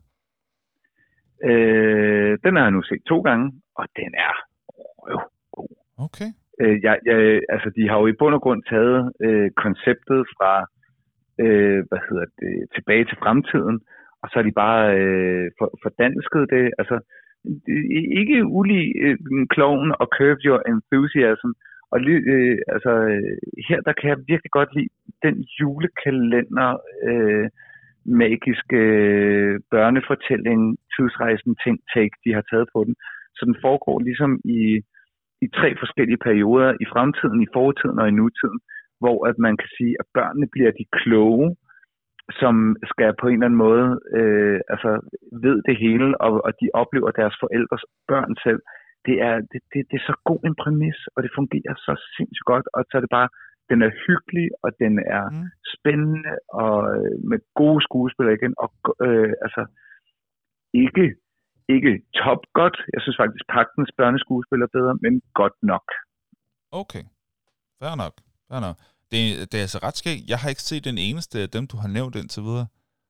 Øh, den har jeg nu set to gange, og den er røvgod. Okay. Øh, jeg, jeg, altså, de har jo i bund og grund taget øh, konceptet fra, øh, hvad hedder det, Tilbage til fremtiden, og så har de bare øh, for, fordansket det. Altså, ikke ulig øh, Klovn og Curb Your Enthusiasm. Og øh, altså, her der kan jeg virkelig godt lide den julekalender, øh, magiske øh, børnefortælling, Tidsrejsen, ting, take, de har taget på den. Så den foregår ligesom i, i tre forskellige perioder, i fremtiden, i fortiden og i nutiden, hvor at man kan sige, at børnene bliver de kloge, som skal på en eller anden måde øh, altså ved det hele, og, og de oplever deres forældres børn selv. Det er, det, det, det er så god en præmis, og det fungerer så sindssygt godt, og så er det bare, den er hyggelig, og den er mm. spændende, og med gode skuespillere igen, og øh, altså ikke, ikke top godt. Jeg synes faktisk, Pagtens børneskuespil er bedre, men godt nok. Okay, fair nok. Fair nok. Det, det er altså ret skægt. Jeg har ikke set den eneste af dem, du har nævnt indtil videre.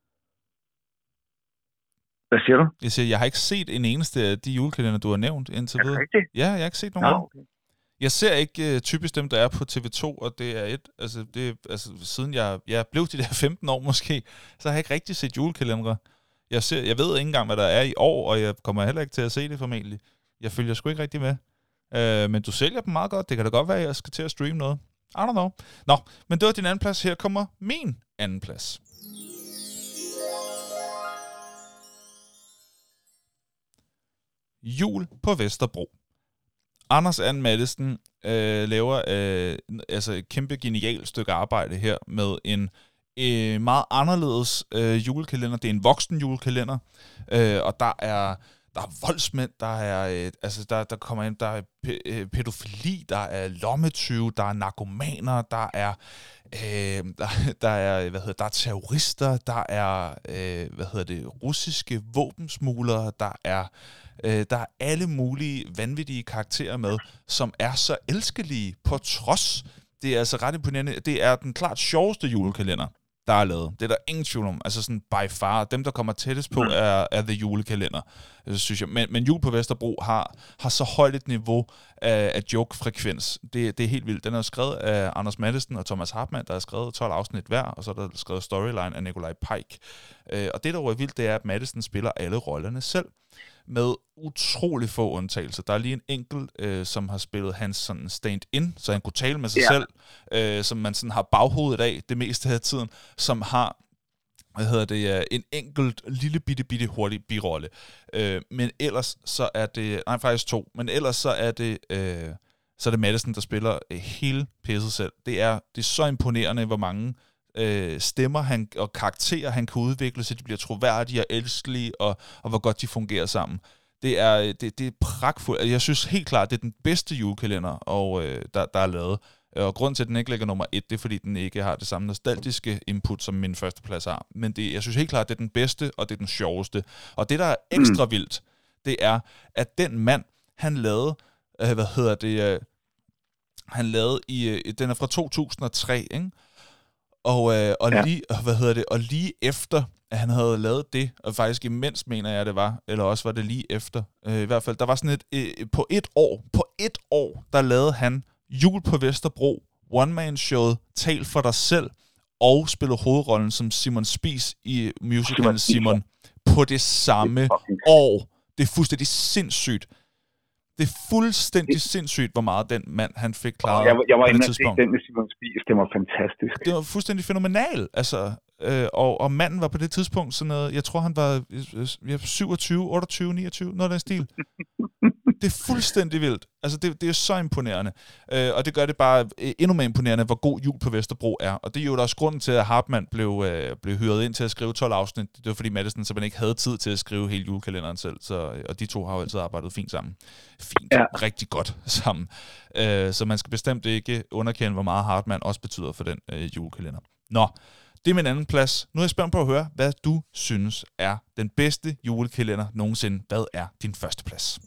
Hvad siger du? Jeg siger, jeg har ikke set en eneste af de julekalender, du har nævnt indtil videre. Er det rigtigt? Ja, jeg har ikke set nogen. Nå, okay. Jeg ser ikke uh, typisk dem, der er på T V to, og det er et, altså, det, altså siden jeg, jeg blev de der femten år måske, så har jeg ikke rigtig set julekalendere. Jeg, ser, jeg ved ikke engang, hvad der er i år, og jeg kommer heller ikke til at se det formentlig. Jeg følger sgu ikke rigtig med. Uh, men du sælger dem meget godt. Det kan da godt være, at jeg skal til at streame noget. I don't know. Nå, men det var din anden plads. Her kommer min anden plads. Jul på Vesterbro. Anders And Mattesen øh, laver øh, altså et kæmpe genialt stykke arbejde her med en øh, meget anderledes øh, julekalender. Det er en voksen julekalender, øh, og der er der er voldsmænd, der er øh, altså der der kommer ind, der er p- pædofili, der er lommetyve, der er narkomaner, der er øh, der, der er hvad hedder der er terrorister, der er øh, hvad hedder det russiske våbensmuglere, der er Øh, der er alle mulige vanvittige karakterer med, som er så elskelige på trods. Det er altså ret imponerende. Det er den klart sjoveste julekalender, der er lavet. Det er der ingen tvivl om. Altså sådan by far. Dem, der kommer tættest på, er, er The Julekalender, synes jeg. Men, men Jul på Vesterbro har, har så højt et niveau af, af joke-frekvens. Det, det er helt vildt. Den er skrevet af Anders Mattesen og Thomas Hartmann, der har skrevet tolv afsnit hver, og så er der skrevet storyline af Nikolaj Pike. Øh, og det, der er vildt, det er, at Mattesen spiller alle rollerne selv, med utrolig få undtagelser. Der er lige en enkelt, øh, som har spillet hans sådan stand-in, så han kunne tale med sig ja. selv, øh, som man sådan har baghovedet af det meste af tiden, som har hvad hedder det, en enkelt lille bitte, bitte hurtig birolle. Øh, men ellers så er det, nej faktisk to, men ellers så er det, øh, så er det Mattesen, der spiller øh, hele pisset selv. Det er, det er så imponerende, hvor mange øh, stemmer han, og karakterer han kan udvikle, så de bliver troværdige og elskelige, og, og hvor godt de fungerer sammen. Det er, det, det er pragtfuldt. Jeg synes helt klart, det er den bedste julekalender, og, øh, der, der er lavet. Og grunden til, at den ikke ligger nummer et, det er, fordi den ikke har det samme nostalgiske input, som min første plads har. Men det, jeg synes helt klart, det er den bedste, og det er den sjoveste. Og det, der er ekstra mm. vildt, det er, at den mand, han lavede, øh, hvad hedder det, øh, han lavede i, øh, den er fra to tusind og tre, ikke? Og, øh, og, ja. lige, hvad hedder det, og lige efter, at han havde lavet det, og faktisk imens, mener jeg, det var, eller også var det lige efter, øh, i hvert fald, der var sådan et, øh, på et år, på et år, der lavede han Jul på Vesterbro, one-man-showet, Tal for dig selv, og spillede hovedrollen som Simon Spies i musicalen Simon, på det samme det år. Det er fuldstændig sindssygt. Det er fuldstændig sindssygt, hvor meget den mand, han fik klaret jeg, jeg var på det inde tidspunkt. Den med Simon Spies, det var fantastisk. Det var fuldstændig fænomenal, altså. Øh, og, og manden var på det tidspunkt sådan noget, jeg tror han var øh, syvogtyve, otteogtyve, niogtyve, noget af den stil. Det er fuldstændig vildt. Altså, det, det er så imponerende. Øh, og det gør det bare øh, endnu mere imponerende, hvor god Jul på Vesterbro er. Og det er jo også grunden til, at Hartmann blev, øh, blev hyret ind til at skrive tolv afsnit. Det var fordi Mattesen simpelthen ikke havde tid til at skrive hele julekalenderen selv. Så, og de to har jo altid arbejdet fint sammen. Fint. Ja. Rigtig godt sammen. Øh, så man skal bestemt ikke underkende, hvor meget Hartmann også betyder for den øh, julekalender. Nå. Det er min anden plads. Nu er jeg spændt på at høre, hvad du synes er den bedste julekalender nogensinde. Hvad er din første plads?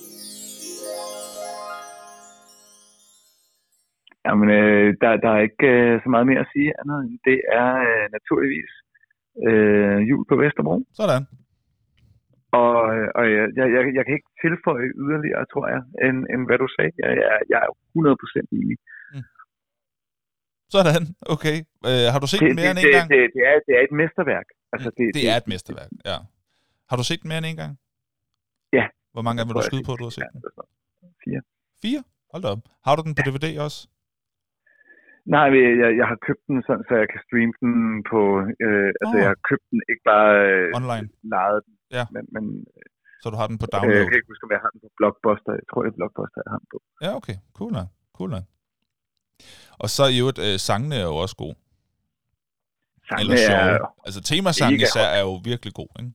Jamen, øh, der, der er ikke øh, så meget mere at sige andet. Det er øh, naturligvis øh, Jul på Vesterbro. Sådan. Og, og jeg, jeg, jeg kan ikke tilføje yderligere, tror jeg, end, end hvad du sagde. Jeg, jeg, jeg er hundrede procent enig. Mm. Sådan, okay. Øh, har du set det, den mere det, end en det, gang? Det, det, er, det er et mesterværk. Altså, det, det, det er et mesterværk, ja. Har du set den mere end en gang? Ja. Hvor mange gange vil du skyde på, at du har set den? Fire. Fire? Hold da op. Har du den på D V D også? Nej, jeg, jeg har købt den sådan, så jeg kan streame den på... Øh, altså, oh. jeg har købt den, ikke bare... Øh, online? Lejet den. Ja. Men, men, så du har den på download? Øh, jeg kan ikke huske, om jeg har den på Blockbuster. Jeg tror, det er Blockbuster, jeg har den på. Ja, okay. Cool nok. Cool nok. Og så i øvrigt, øh, sangene er jo også gode. Sangene Eller sjove. Er... Altså temasangen især er jo virkelig god, ikke?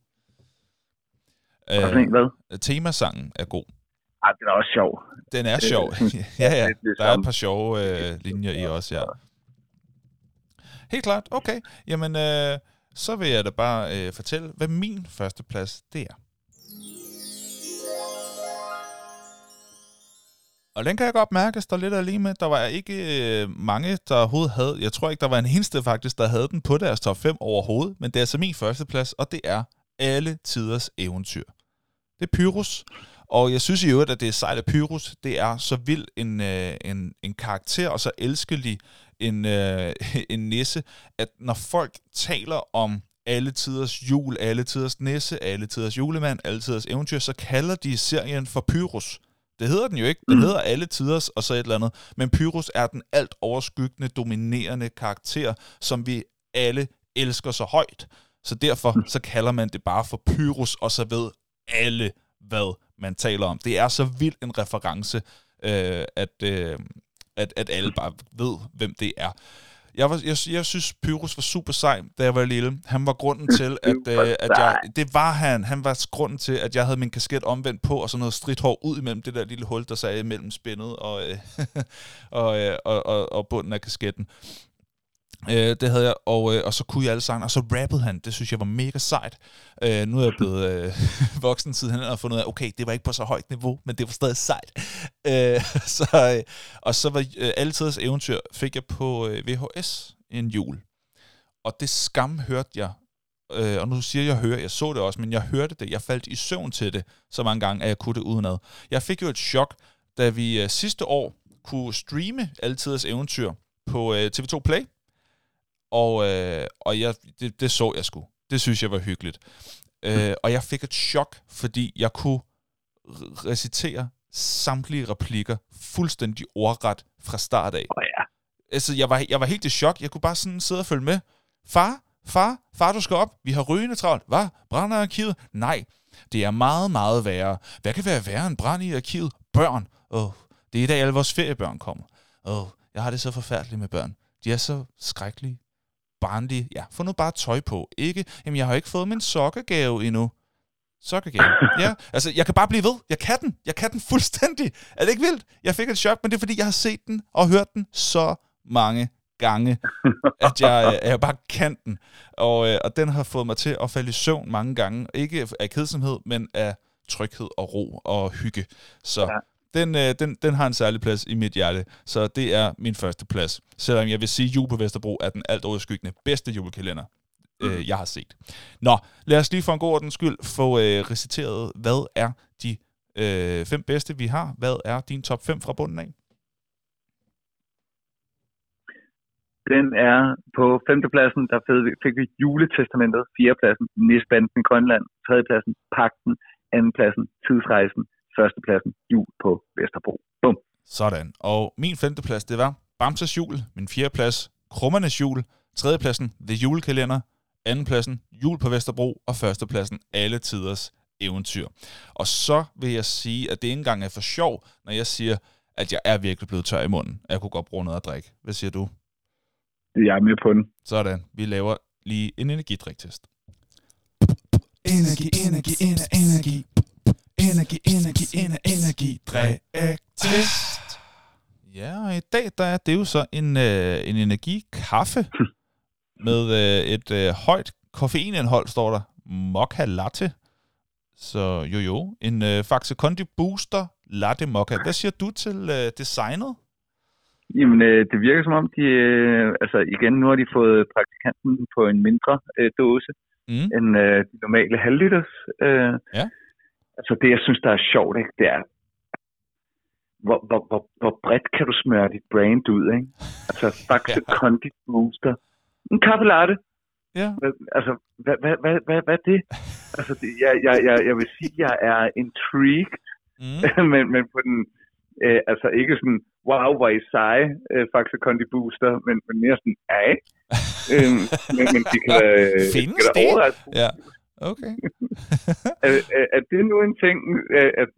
Øh, hvad? Temasangen er god. Ah, den er også sjov. Den er sjov. ja, ja. Der er et par sjove øh, linjer i også, ja. Helt klart. Okay. Jamen, øh, så vil jeg da bare øh, fortælle, hvad min første plads det er. Og den kan jeg godt mærke, at der lidt alene med. Der var ikke øh, mange, der overhovedet havde... Jeg tror ikke, der var en eneste faktisk, der havde den på deres top fem overhovedet. Men det er altså min første plads, og det er Alle Tiders Eventyr. Det er Pyrus. Og jeg synes i øvrigt, at det er sejt af Pyrus. Det er så vild en, øh, en, en karakter, og så elskelig en, øh, en nisse, at når folk taler om Alle Tiders Jul, Alle Tiders Nisse, Alle Tiders Julemand, Alle Tiders Eventyr, så kalder de serien for Pyrus. Det hedder den jo ikke. Den hedder Alle Tiders og så et eller andet. Men Pyrus er den alt overskyggende, dominerende karakter, som vi alle elsker så højt. Så derfor så kalder man det bare for Pyrus, og så ved alle, hvad man taler om. Det er så vild en reference, øh, at, øh, at, at alle bare ved, hvem det er. Jeg, var, jeg, jeg synes, Pyrus var super sej, da jeg var lille. Han var grunden til, at, øh, at jeg... Det var han. Han var grunden til, at jeg havde min kasket omvendt på, og så noget stridthår ud imellem det der lille hul, der sagde imellem spændet og, øh, og, øh, og, og, og bunden af kasketten. Øh, det havde jeg, og, øh, og så kunne jeg alle sange, og så rappede han. Det synes jeg var mega sejt. Øh, nu er jeg blevet øh, voksen siden, han har fundet ud af, okay, det var ikke på så højt niveau, men det var stadig sejt. Øh, så, øh, og så var øh, Alle Tiders Eventyr, fik jeg på øh, V H S en jul. Og det skam hørte jeg, øh, og nu siger jeg, jeg hører, jeg så det også, men jeg hørte det, jeg faldt i søvn til det så mange gange, at jeg kunne det udenad. Jeg fik jo et chok, da vi øh, sidste år kunne streame Alle Tiders Eventyr på øh, T V to Play. Og, øh, og jeg, det, det så jeg sgu. Det synes jeg var hyggeligt. Øh, og jeg fik et chok, fordi jeg kunne recitere samtlige replikker fuldstændig ordret fra start af. Oh, ja. Altså, jeg var, jeg var helt i chok. Jeg kunne bare sådan sidde og følge med. Far, far, far, du skal op. Vi har rygende travlt. Hvad? Brænder arkivet? Nej. Det er meget, meget værre. Hvad kan være værre end brand i arkivet? Børn. Åh, oh, det er i dag, alle vores feriebørn kommer. Åh, oh, jeg har det så forfærdeligt med børn. De er så skrækkelige. Barnlige. Ja, få nu bare tøj på. Ikke, jamen jeg har ikke fået min sokkegave endnu. Sokkegave. Ja, altså jeg kan bare blive ved. Jeg kan den. Jeg kan den fuldstændig. Er det ikke vildt? Jeg fik et chok, men det er fordi, jeg har set den og hørt den så mange gange, at jeg, jeg bare kan den. Og, og den har fået mig til at falde i søvn mange gange. Ikke af kedsomhed, men af tryghed og ro og hygge. Så... Ja. Den, øh, den, den har en særlig plads i mit hjerte, så det er min første plads. Selvom jeg vil sige, at Jul på Vesterbro er den alt overskyggende bedste julekalender, øh, jeg har set. Nå, lad os lige for en god ordens skyld få øh, reciteret, hvad er de øh, fem bedste, vi har? Hvad er din top fem fra bunden af? Den er på femtepladsen, der fik vi Juletestamentet, fjerdepladsen Nisbanden i Grønland, tredjepladsen Pagten, andenpladsen Tidsrejsen, førstepladsen Jul på Vesterbro. Bum. Sådan. Og min femteplads, det var Bamses Jul. Min fjerdeplads, Krummernes Jul. Tredjepladsen, The Julekalender. Andenpladsen, Jul på Vesterbro. Og førstepladsen, Alle Tiders Eventyr. Og så vil jeg sige, at det ikke engang er for sjov, når jeg siger, at jeg er virkelig blevet tør i munden. Jeg kunne godt bruge noget at drikke. Hvad siger du? Jeg er med på den. Sådan. Vi laver lige en energidriktest. Energi, energi, energi, energi. Energi, energi, energi, energi, driktest. Ja, og i dag der er det jo så en, øh, en energikaffe med øh, et øh, højt koffeinindhold, står der. Mocha latte. Så jo jo, en øh, Faxe Kondi Booster latte mocha. Hvad siger du til øh, designet? Jamen, øh, det virker som om, de, øh, altså igen, nu har de fået praktikanten på en mindre øh, dåse mm. end øh, de normale halvliters. Øh, ja. Altså det, jeg synes, der er sjovt, ikke, det er, hvor, hvor, hvor, hvor bredt kan du smøre dit brand ud, ikke? Altså Faxe ja. Kondi Booster. En kaffe latte. Ja. Altså, hvad, hvad, hvad, hvad, hvad er det? Altså, det, jeg, jeg, jeg, jeg vil sige, jeg er intrigued, mm. men, men på den, øh, altså ikke sådan, wow, hvor I seje, øh, Faxe Kondi Booster, men, men mere sådan, ja, øhm, men, men de kan, øh, findes kan da overraske. Ja. Okay. er, er, er det nu en ting, at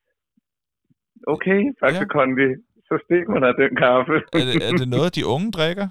okay, Faxe ja. Kondi, så stik man af den kaffe. er, det, er det noget, de unge drikker?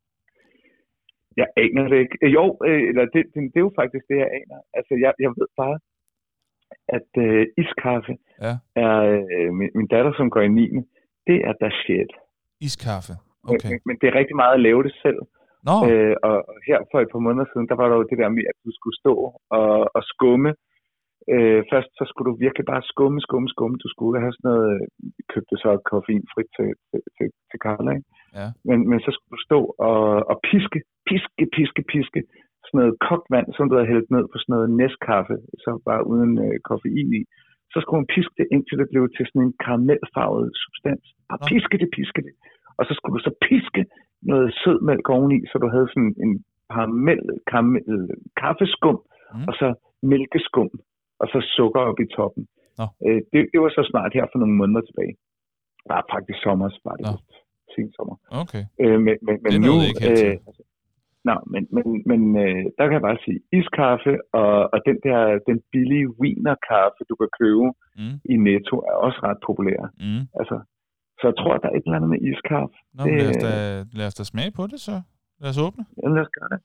Jeg aner det ikke. Jo, eller det, det, det er jo faktisk det, jeg aner. Altså, jeg, jeg ved bare, at uh, iskaffe ja. er uh, min, min datter, som går i niende, det er der shit. Iskaffe, okay. Men, men det er rigtig meget at lave det selv. No. Øh, og her for et par måneder siden, der var der jo det der med, at du skulle stå og, og skumme Øh, først så skulle du virkelig bare skumme, skumme, skumme. Du skulle have sådan noget, vi købte så koffeinfrit til, til, til, til Karla, ikke? Ja. Men, men så skulle du stå og, og piske, piske, piske, piske. Sådan noget kogt vand, som du havde hældt ned på sådan noget næstkaffe, så bare uden øh, koffein i. Så skulle man piske det, indtil det blev til sådan en karamelfarvet substans. Bare piske det, piske det. Og så skulle du så piske noget sødmælk oveni, så du havde sådan en karamel, karamel kaffeskum, mm. og så mælkeskum, og så sukker op i toppen. Øh, det, det var så smart her for nogle måneder tilbage. Det var faktisk sommer, var det sent sommer. Okay. Øh, men men, men det nu... Ikke øh, altså, Nå, men, men, men øh, der kan jeg bare sige, iskaffe og, og den der den billige wienerkaffe, du kan købe mm. i Netto, er også ret populær. Mm. Altså, så jeg tror, der er et eller andet med iskaffe. Nå, det, lad, os da, lad os da smage på det, så. Lad os åbne. Ja, lad os gøre det.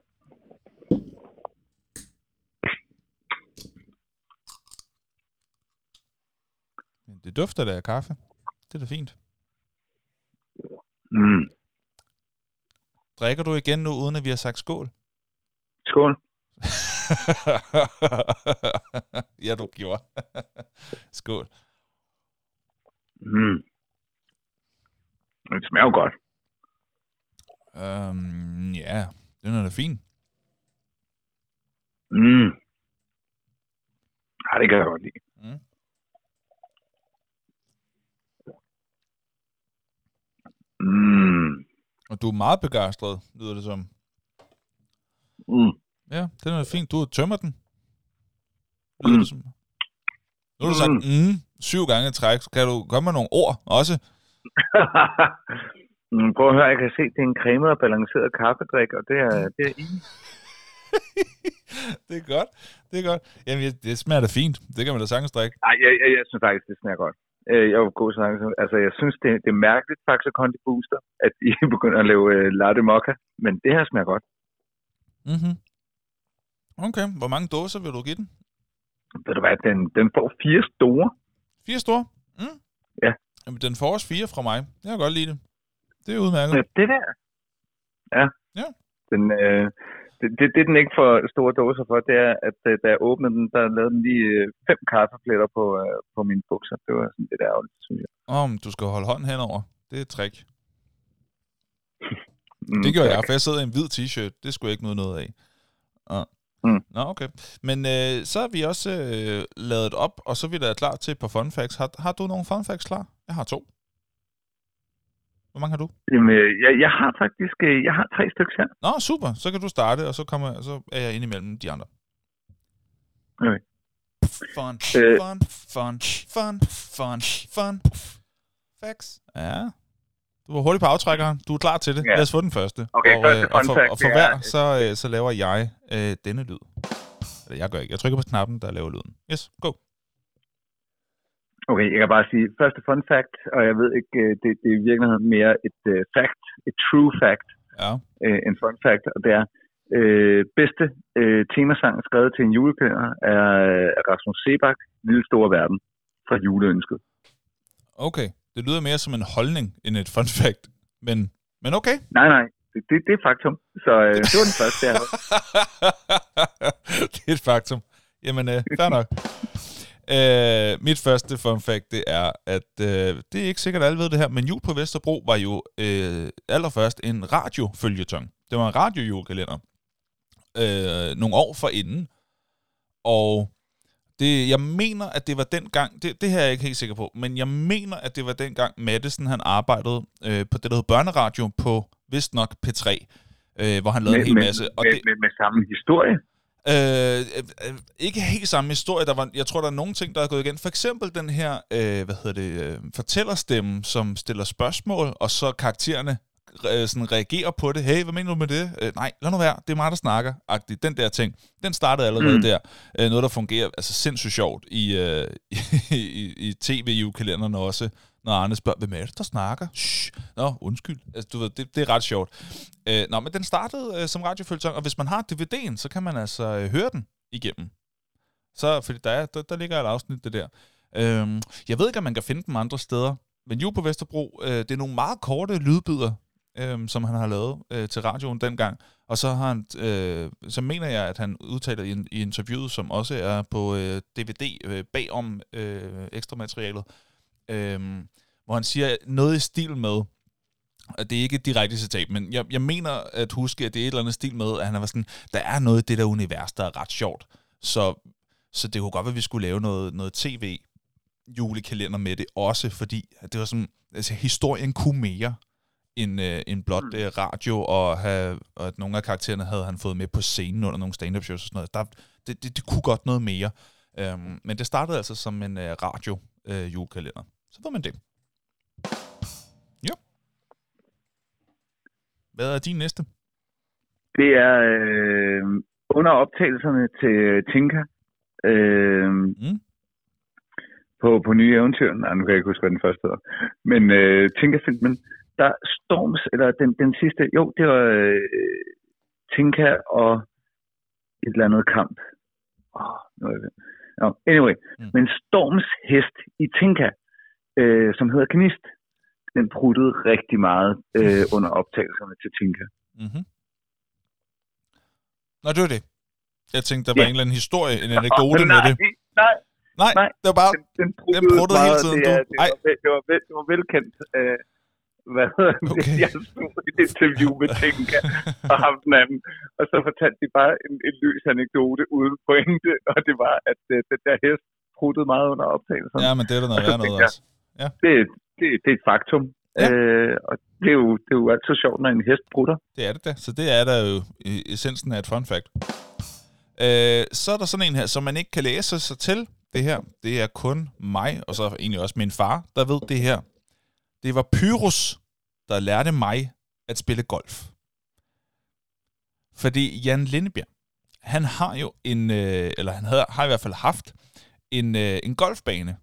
Det dufter da af kaffe. Det er da fint. Mm. Drikker du igen nu, uden at vi har sagt skål? Skål. Ja, du gjorde. Skål. Mm. Det smager jo godt. Um, ja, den er da fin. Mm. Ja, det kan jeg godt lide. Mm. Mm. Og du er meget begejstret, lyder det som. Mm. Ja, den er fint. Du tømmer den. Lyder mm. det som. Nu har du sagt mm, syv gange i træk. Kan du komme med nogle ord også? Prøv at høre, jeg kan se, det er en cremet og balanceret kaffedrik, og det er, det er i. Det er godt. Det er godt. Jamen, det smager da fint. Det kan man da sagtens drikke. Nej, jeg, jeg, jeg synes faktisk, det smager godt. Jeg var god sang. Altså, jeg synes, det, det er mærkeligt, Faxe Kondi Booster, at I begynder at lave uh, latte mocha, men det her smager godt. Mhm. Okay, hvor mange dåser vil du give den? Ved du hvad, den, den får fire store. Fire store? Mm. Ja. Jamen, den får også fire fra mig. Jeg kan godt lide det. Det er udmærket. Ja, det der. Ja. Ja. Den, øh, det, det, det, den ikke får store dåser for, det er, at da jeg åbnede den, der lavede den lige fem kaffepletter på, øh, på mine bukser. Det var sådan lidt ærgerligt, synes jeg. Om du skal holde hånden henover. Det er et trick. mm, det gjorde tak. Jeg, for jeg sidder i en hvid t-shirt. Det skulle jeg ikke noget noget af. Ah. Mm. Nå, okay. Men øh, så har vi også øh, lavet op, og så er vi da klar til et par fun facts. Har, har du nogle fun facts klar? Jeg har to. Hvor mange har du? Jamen, jeg, jeg har faktisk jeg har tre stykker her. Nå, super. Så kan du starte, og så, kommer, så er jeg inde imellem de andre. Okay. Fun, fun, fun, fun, fun, fun. Facts. Ja. Du var hurtigt på aftrækkeren. Du er klar til det. Ja. Lad os få den første. Okay, og, første øh, og, for, fact, og for hver, så, øh, så laver jeg øh, denne lyd. Eller jeg gør ikke. Jeg trykker på knappen, der laver lyden. Yes, go. Okay, jeg kan bare sige, første fun fact, og jeg ved ikke, det, det er i virkeligheden mere et uh, fact, et true fact, ja. uh, en fun fact, og det er, uh, bedste uh, temasang skrevet til en julekalender er uh, Rasmus Seebach, Lille Store Verden, fra juleønsket. Okay, det lyder mere som en holdning end et fun fact, men, men okay. Nej, nej, det, det, det er et faktum, så uh, det var den første, jeg havde. Det er et faktum. Jamen, uh, fair nok. Uh, mit første fun fact, det er, at uh, det er ikke sikkert, at alle ved det her, men Jul på Vesterbro var jo uh, allerførst en radioføljeton. Det var en radiojulekalender uh, nogle år forinden, og det, jeg mener, at det var den gang, det, det her er jeg ikke helt sikker på, men jeg mener, at det var den gang Madison, han arbejdede uh, på det, der hed Børneradio på vist nok P tre, uh, hvor han lavede med, en hel masse. Og med, det, med, med samme historie? Øh, øh, ikke helt samme historie. Der var, jeg tror, der er nogle ting, der er gået igen. For eksempel den her, øh, hvad hedder det, øh, fortællerstemme, som stiller spørgsmål, og så karaktererne øh, sådan reagerer på det. Hey, hvad mener du med det? Øh, nej, lad nu være. Det er mig, der snakker. Agtigt. Den der ting. Den startede allerede mm. der. Øh, noget, der fungerer altså sindssygt sjovt i, øh, i, i, i tv-julekalenderne også. Når Arne spørger, hvem er det, der snakker? Shh. Nå, undskyld. Altså, du ved, det, det er ret sjovt. Øh, nå, men den startede øh, som radiofølgetong, og hvis man har D V D'en, så kan man altså øh, høre den igennem. Så, fordi der, er, der, der ligger et afsnit det der. Øh, jeg ved ikke, om man kan finde dem andre steder, men Jul på Vesterbro, øh, det er nogle meget korte lydbidder, øh, som han har lavet øh, til radioen dengang. Og så har han, øh, så mener jeg, at han udtaler i, en, i interviewet, som også er på øh, D V D øh, bagom øh, ekstra materialet, øh, hvor han siger noget i stil med, og det er ikke et direkte citat, men jeg, jeg mener at huske, at det er et eller andet stil med, at han var sådan, der er noget i det der univers, der er ret sjovt. Så, så det kunne godt være, at vi skulle lave noget, noget tv-julekalender med det også, fordi det var sådan, altså historien kunne mere end, øh, end blot mm. radio, og, have, og at nogle af karaktererne havde han fået med på scenen under nogle stand-up shows og sådan noget. Der, det, det, det kunne godt noget mere. Um, men det startede altså som en uh, radio-julekalender. Uh, så ved man det. Jo. Hvad er din næste? Det er øh, under optagelserne til Tinka. Øh, mm. På, på Nye Eventyr. Nej, nu kan jeg ikke huske, hvad den første hedder. Men øh, Tinka-filmen, der Storms, eller den, den sidste, jo, det var øh, Tinka og et eller andet kamp. Oh, nu er det. No, anyway, mm. men Storms hest i Tinka, øh, som hedder Gnist, den pruttede rigtig meget øh, under optagelserne til Tinka. Mm-hmm. Nå, det var det. Jeg tænkte, der var ja. en eller anden historie, en anekdote oh, med det. Nej, nej, nej, det var bare, den, den pruttede, den pruttede hele tiden. Det, det, var, det, var, vel, det var velkendt. Øh, hvad okay. Jeg stod i et interview med Tinka og ham den anden, og så fortalte de bare en, en løs anekdote uden pointe, og det var, at uh, den der hest pruttede meget under optagelsen. Ja, men det er der noget værd noget også. Ja. Det, det, det er et faktum, ja. øh, og det er, jo, det er jo altid sjovt, når en hest prutter. Det er det da, så det er der jo i essensen af et fun fact. Øh, så er der sådan en her, som man ikke kan læse sig til. Det her, det er kun mig, og så egentlig også min far, der ved det her. Det var Pyrus, der lærte mig at spille golf. Fordi Jan Lindebjerg, han har jo en, øh, eller han havde, har i hvert fald haft en, øh, en golfbane.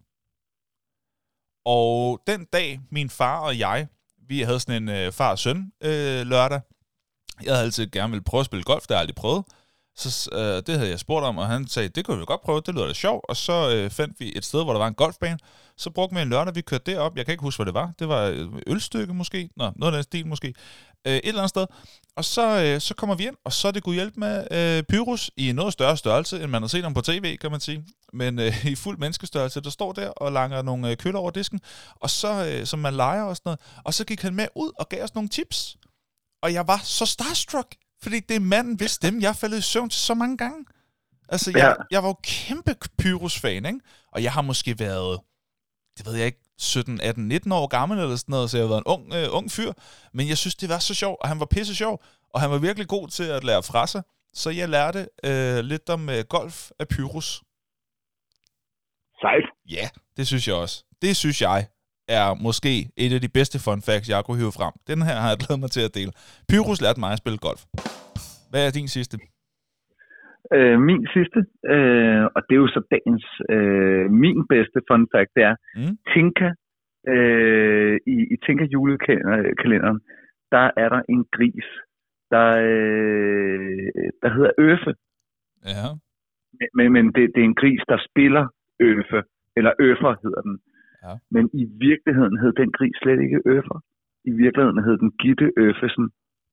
Og den dag, min far og jeg, vi havde sådan en øh, far og søn øh, lørdag. Jeg havde altid gerne ville prøve at spille golf, det har jeg aldrig prøvet. Så øh, det havde jeg spurgt om, og han sagde, det kunne vi godt prøve, det lyder da sjovt. Og så øh, fandt vi et sted, hvor der var en golfbane. Så brugte vi en lørdag, vi kørte derop. Jeg kan ikke huske, hvad det var. Det var et ølstykke måske. Nå, noget af den stil måske. Øh, et eller andet sted. Og så, øh, så kommer vi ind, og så er det gud hjælp med øh, Pyrus i en noget større størrelse, end man har set ham på tv, kan man sige. Men øh, i fuld menneskestørrelse, der står der og langer nogle øh, køller over disken. Og så, øh, som man leger og sådan noget. Og så gik han med ud og gav os nogle tips. Og jeg var så starstruck. Fordi det er manden, hvis stemme, jeg faldet i søvn til så mange gange. Altså, jeg, ja. jeg var jo kæmpe Pyrus-fan, ikke? Og jeg har måske været, det ved jeg ikke, sytten, atten, nitten år gammel eller sådan noget, så jeg har været en ung, øh, ung fyr. Men jeg synes, det var så sjovt, og han var pisse sjov, og han var virkelig god til at lære fra sig. Så jeg lærte øh, lidt om øh, golf af Pyrus. Sejt. Ja, det synes jeg også. Det synes jeg er måske et af de bedste fun facts, jeg kunne hive frem. Den her har jeg glædet mig til at dele. Pyrus lærte mig at spille golf. Hvad er din sidste? Øh, min sidste, øh, og det er jo så dagens, øh, min bedste fun fact, det er mm. Tinka, øh, i, i Tinka julekalenderen, der er der en gris, der, øh, der hedder Øfe. Ja. Men, men det, det er en gris, der spiller Øfe, eller Øfer hedder den. Ja. Men i virkeligheden hed den gris slet ikke Øfer. I virkeligheden hed den Gitte Øfesen.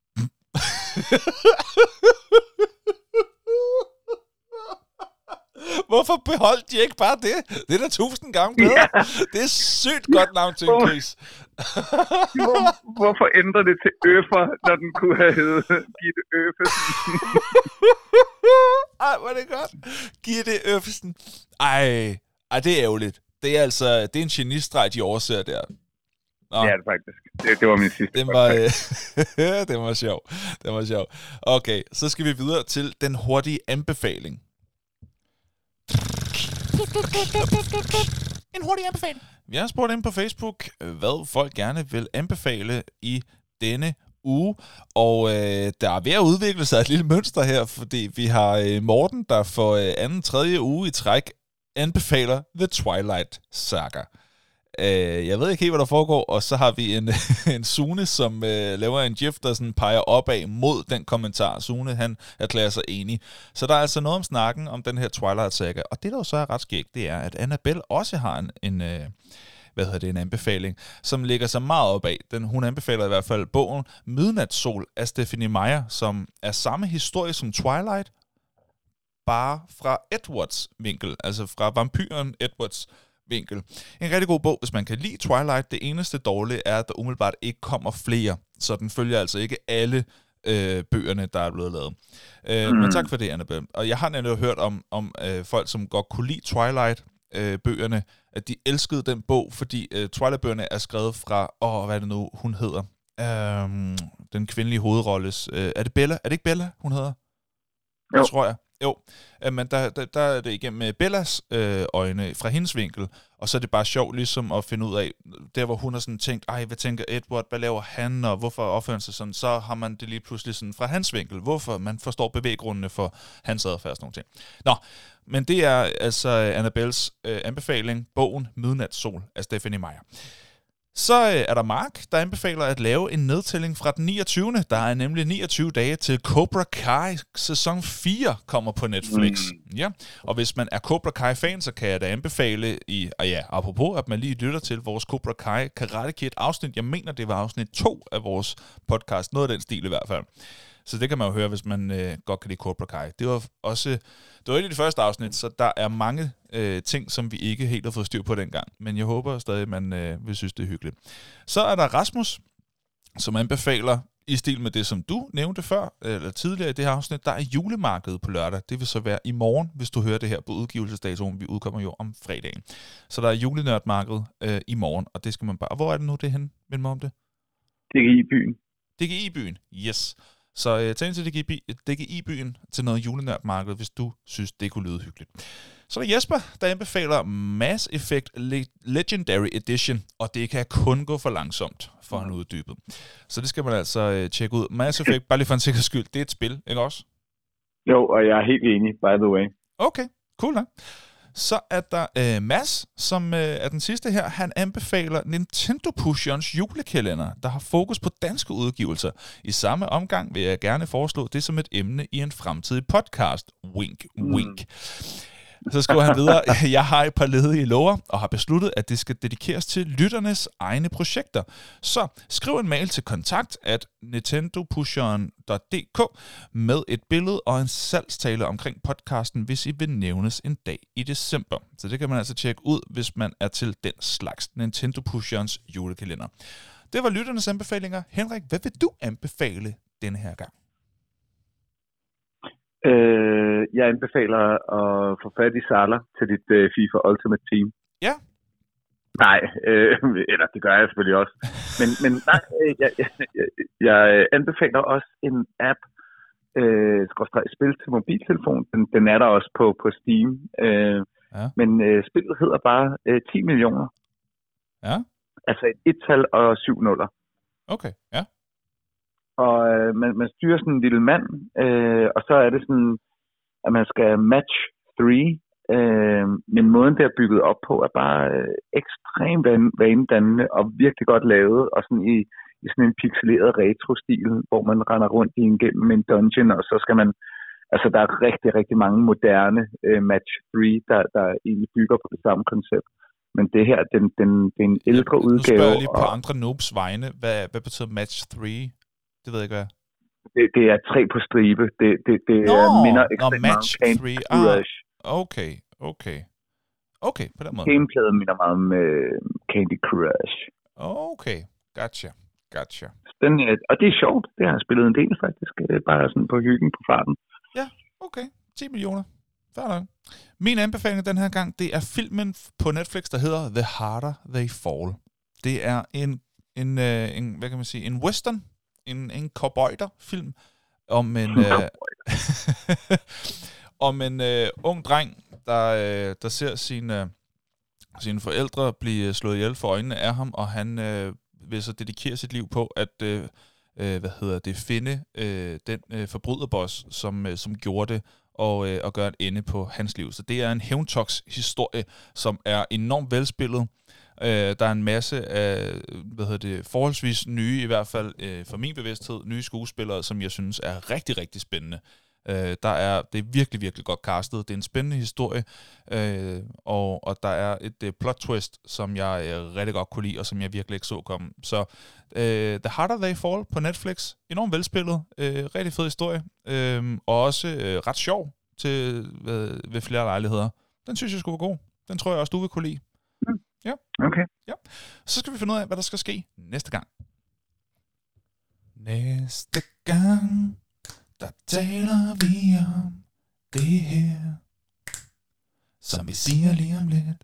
Hvorfor beholdt de ikke bare det? Det er da tusind gange bedre. Ja. Det er sygt godt navn til en gris. Hvor, hvorfor ændrer det til Øfer, når den kunne have heddet Gitte Øfesen? Ej, hvor er det godt. Gitte Øfesen. Ej, ej, det er ærgerligt. Det er altså, det er en genistreg, de overser der. Nå. Ja, det faktisk. Det, det var min sidste. Den var, øh, den var sjov. Den var sjov. Okay, så skal vi videre til den hurtige anbefaling. En hurtig anbefaling. Jeg har spurgt ind på Facebook, hvad folk gerne vil anbefale i denne uge, og øh, der er ved at udvikle sig et lille mønster her, fordi vi har øh, Morten, der for øh, anden, tredje uge i træk anbefaler The Twilight Saga. Uh, jeg ved ikke helt, hvad der foregår, og så har vi en, en Sune, som uh, laver en gif, der sådan peger opad mod den kommentar. Sune, han erklærer sig enig. Så der er altså noget om snakken om den her Twilight Saga, og det der jo så er ret skægt, det er, at Annabelle også har en, en, uh, hvad hedder det, en anbefaling, som ligger sig meget op af. Den, hun anbefaler i hvert fald bogen Midnatssol af Stephenie Meyer, som er samme historie som Twilight, bare fra Edwards vinkel, altså fra vampyren Edwards vinkel. En rigtig god bog, hvis man kan lide Twilight. Det eneste dårlige er, at der umiddelbart ikke kommer flere, så den følger altså ikke alle øh, bøgerne, der er blevet lavet. Øh, mm. Men tak for det, Annabelle. Og jeg har nemlig hørt om, om øh, folk, som godt kunne lide Twilight-bøgerne, øh, at de elskede den bog, fordi øh, Twilight-bøgerne er skrevet fra, åh, hvad er det nu, hun hedder? Øh, den kvindelige hovedrolles. Øh, er det Bella? Er det ikke Bella, hun hedder? Jo. Det tror jeg. Jo, men der, der, der er det igennem Bellas øh, øjne, fra hendes vinkel, og så er det bare sjovt ligesom at finde ud af, der hvor hun har sådan tænkt, ej, hvad tænker Edward, hvad laver han, og hvorfor opfører han sig sådan, så har man det lige pludselig sådan fra hans vinkel, hvorfor man forstår bevæggrundene for hans adfærd og sådan nogle ting. Nå, men det er altså Annabelles øh, anbefaling, bogen Midnatssol af Stephenie Meyer. Så øh, er der Mark, der anbefaler at lave en nedtælling fra den niogtyvende Der er nemlig niogtyve dage til Cobra Kai sæson fire kommer på Netflix. Mm. Ja, og hvis man er Cobra Kai-fan, så kan jeg da anbefale, i, og ja, apropos, at man lige lytter til vores Cobra Kai Karate Kid afsnit. Jeg mener, det var afsnit to af vores podcast. Noget af den stil i hvert fald. Så det kan man jo høre, hvis man øh, godt kan lide Cobra Kai. Det var også det var et af de første afsnit, så der er mange øh, ting, som vi ikke helt har fået styr på dengang. Men jeg håber stadig, at man øh, vil synes, det er hyggeligt. Så er der Rasmus, som anbefaler, i stil med det, som du nævnte før, eller tidligere i det her afsnit, der er julemarkedet på lørdag. Det vil så være i morgen, hvis du hører det her på udgivelsesdatoen. Vi udkommer jo om fredagen. Så der er julenørdmarked øh, i morgen, og det skal man bare... Hvor er det nu, det er henne? Mind mig om det. D G I-byen. D G I-byen, yes. Så øh, tag ind til D G I-byen til noget julenørdmarked, hvis du synes, det kunne lyde hyggeligt. Så er der Jesper, der anbefaler Mass Effect Legendary Edition, og det kan kun gå for langsomt, for han uddybet. Så det skal man altså øh, tjekke ud. Mass Effect, bare lige for en sikker skyld, det er et spil, ikke også? Jo, og jeg er helt enig, by the way. Okay, cool da. Så er der øh, Mads, som øh, er den sidste her. Han anbefaler Nintendo Pushons julekalender, der har fokus på danske udgivelser. I samme omgang vil jeg gerne foreslå det som et emne i en fremtidig podcast. Wink, wink. Mm. Så skriver han videre, jeg har et par ledige lover, og har besluttet, at det skal dedikeres til lytternes egne projekter. Så skriv en mail til kontakt at nintendopusheren punktum d k med et billede og en salgstale omkring podcasten, hvis I vil nævnes en dag i december. Så det kan man altså tjekke ud, hvis man er til den slags Nintendo Pusherens julekalender. Det var lytternes anbefalinger. Henrik, hvad vil du anbefale denne her gang? Øh, jeg anbefaler at få fat i Salah til dit uh, FIFA Ultimate Team. Ja. Nej, øh, eller det gør jeg selvfølgelig også. Men, men nej, jeg, jeg, jeg, jeg anbefaler også en app, øh, spil til mobiltelefon. Den, den er der også på, på Steam. Øh, ja. Men øh, spillet hedder bare øh, ti millioner. Ja. Altså et et-tal og syv nuller. Okay, ja. Og øh, man, man styrer sådan en lille mand, øh, og så er det sådan, at man skal match three, øh, men måden det er bygget op på, er bare øh, ekstremt vanedannende og virkelig godt lavet, og sådan i, i sådan en pixeleret retro-stil, hvor man render rundt i en gennem en dungeon, og så skal man, altså der er rigtig, rigtig mange moderne øh, match three, der, der egentlig bygger på det samme koncept. Men det her, den, den, det er en ældre ja, udgave. Nu spørger jeg lige på og, andre noobs vegne, hvad, hvad betyder match three? Det ved jeg ikke, hvad det, det er tre på stribe. Det, det, det Nå, minder ekstremt meget om Candy Crush. Ah, okay, okay. Okay, på den måde. Gameplayen minder meget om uh, Candy Crush. Okay, gotcha, gotcha. Den, og det er sjovt. Det har jeg spillet en del, faktisk. Bare sådan på hyggen på farten. Ja, okay. ti millioner. Fair nok. Min anbefaling den her gang, det er filmen på Netflix, der hedder The Harder They Fall. Det er en, en, en hvad kan man sige, en western, en, en cowboyter-film om en, øh, om en øh, ung dreng, der, øh, der ser sine, øh, sine forældre blive slået ihjel for øjnene af ham, og han øh, vil så dedikere sit liv på at øh, øh, hvad hedder det, finde øh, den øh, forbryderboss, som, øh, som gjorde det, og, øh, og gøre et ende på hans liv. Så det er en hævntoks-historie, som er enormt velspillet. Øh, der er en masse af, hvad hedder det, forholdsvis nye, i hvert fald øh, for min bevidsthed, nye skuespillere, som jeg synes er rigtig, rigtig spændende. Øh, der er, det er virkelig, virkelig godt castet. Det er en spændende historie, øh, og, og der er et uh, plot twist, som jeg uh, rigtig godt kunne lide, og som jeg virkelig ikke så komme. Så uh, The Harder They Fall på Netflix, enormt velspillet, uh, rigtig fed historie, uh, og også uh, ret sjov til, ved, ved flere lejligheder. Den synes jeg skulle være god. Den tror jeg også, du vil kunne lide. Mm. Ja. Okay. Ja. Så skal vi finde ud af, hvad der skal ske næste gang. Næste gang, der taler vi om det her, som vi siger lige om lidt.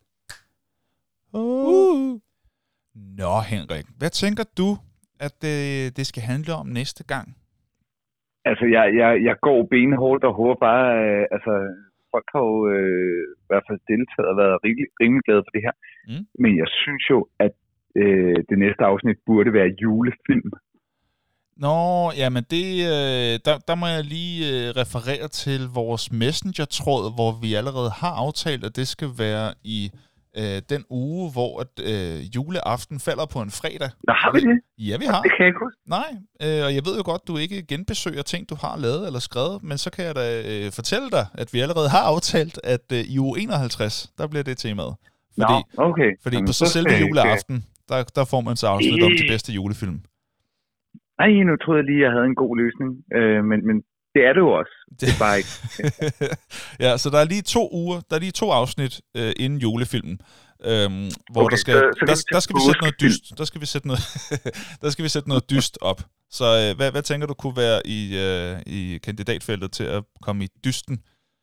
Uh. Nå, Henrik, hvad tænker du, at det, det skal handle om næste gang? Altså, jeg, jeg, jeg går benhårdt og håber bare, øh, altså, folk har jo øh, i hvert fald deltaget og været rimelig, rimelig glade for det her. Mm. Men jeg synes jo, at øh, det næste afsnit burde være julefilm. Nå, jamen det, øh, der, der må jeg lige øh, referere til vores messenger-tråd, hvor vi allerede har aftalt, at det skal være i øh, den uge, hvor at, øh, juleaften falder på en fredag. Nå, har vi det? Ja, vi har. Det kan jeg ikke huske. Nej, øh, og jeg ved jo godt, du ikke genbesøger ting, du har lavet eller skrevet, men så kan jeg da øh, fortælle dig, at vi allerede har aftalt, at øh, i uge enoghalvtreds, der bliver det temaet. Fordi, Nå, okay. Fordi Jamen, på så, så selve juleaften, der, der får man så afsnit om de bedste julefilm. Ej, nu troede jeg lige, at jeg havde en god løsning, øh, men, men det er det jo også. Det er bare ikke. Ja, så der er lige to uger, der er lige to afsnit øh, inden julefilmen, øhm, hvor okay, der skal, så, så der, der skal vi sætte noget dyst, der skal vi sætte noget, der skal vi sætte noget dyst op. Så øh, hvad, hvad tænker du kunne være i, øh, i kandidatfeltet til at komme i dysten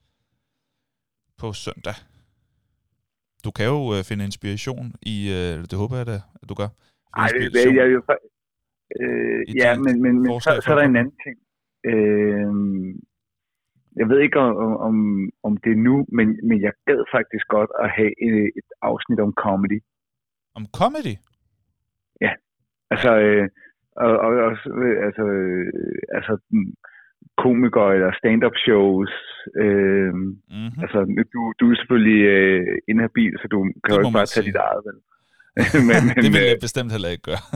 på søndag? Du kan jo øh, finde inspiration i, øh, det håber jeg da, at du gør. Nej, det er jeg jo Øh, ja, men, men, men så, så er der en anden ting. Øh, jeg ved ikke, om, om, om det er nu, men, men jeg gad faktisk godt at have et, et afsnit om comedy. Om comedy? Ja, altså, øh, og, og, også, altså, øh, altså komikere eller stand-up shows. Øh, mm-hmm. Altså, du, du er selvfølgelig øh, inhabil, så du kan jo ikke bare tage dit eget, vel? men, men, det vil jeg bestemt heller ikke gøre.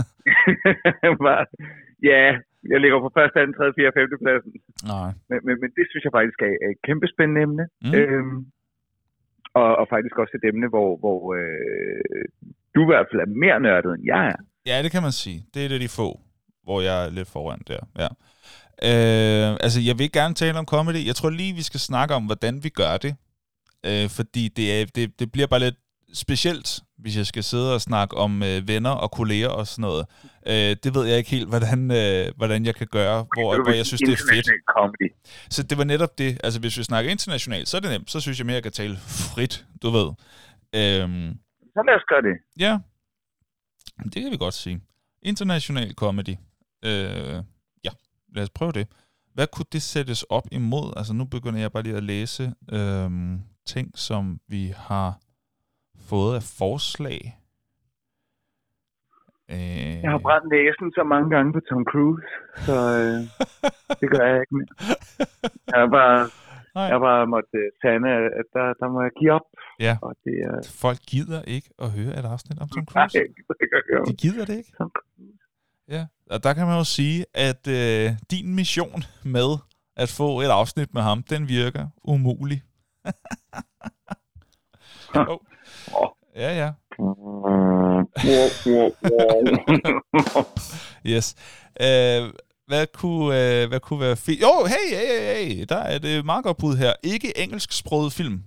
Ja, jeg ligger på første, anden, tredje, fjerde, femte pladsen. Nej. Men, men, men det synes jeg faktisk er et kæmpe spændende emne. Mm. Øhm, og, og faktisk også et emne, hvor, hvor øh, du i hvert fald er mere nørdet, end jeg er. Ja, det kan man sige. Det er det de få, hvor jeg er lidt foran der. Ja. Øh, altså, jeg vil gerne tale om comedy. Jeg tror lige, vi skal snakke om, hvordan vi gør det. Øh, fordi det, er, det, det bliver bare lidt specielt, hvis jeg skal sidde og snakke om øh, venner og kolleger og sådan noget. Øh, det ved jeg ikke helt, hvordan, øh, hvordan jeg kan gøre, hvor, hvor jeg synes, det er fedt. Comedy. Så det var netop det. Altså, hvis vi snakker internationalt, så er det nemt. Så synes jeg mere, jeg kan tale frit, du ved. Øhm, så lad os gøre det. Ja, det kan vi godt sige. International comedy. Øh, ja, lad os prøve det. Hvad kunne det sættes op imod? Altså, nu begynder jeg bare lige at læse øh, ting, som vi har fået af forslag. Øh... Jeg har brændt næsen så mange gange på Tom Cruise, så øh, det gør jeg ikke mere. Jeg har bare, jeg har bare måtte sande, at der, der må jeg give op. Ja, og det, øh... folk gider ikke at høre et afsnit om Tom Cruise. Nej, de gider det ikke. Tom Cruise. Ja, og der kan man jo sige, at øh, din mission med at få et afsnit med ham, den virker umulig. oh. Oh. Ja, ja. Yes. Uh, hvad, kunne, uh, hvad kunne være fint? Jo, oh, hey, hey, hey, der er det meget godt bud her. Ikke engelsksproget film.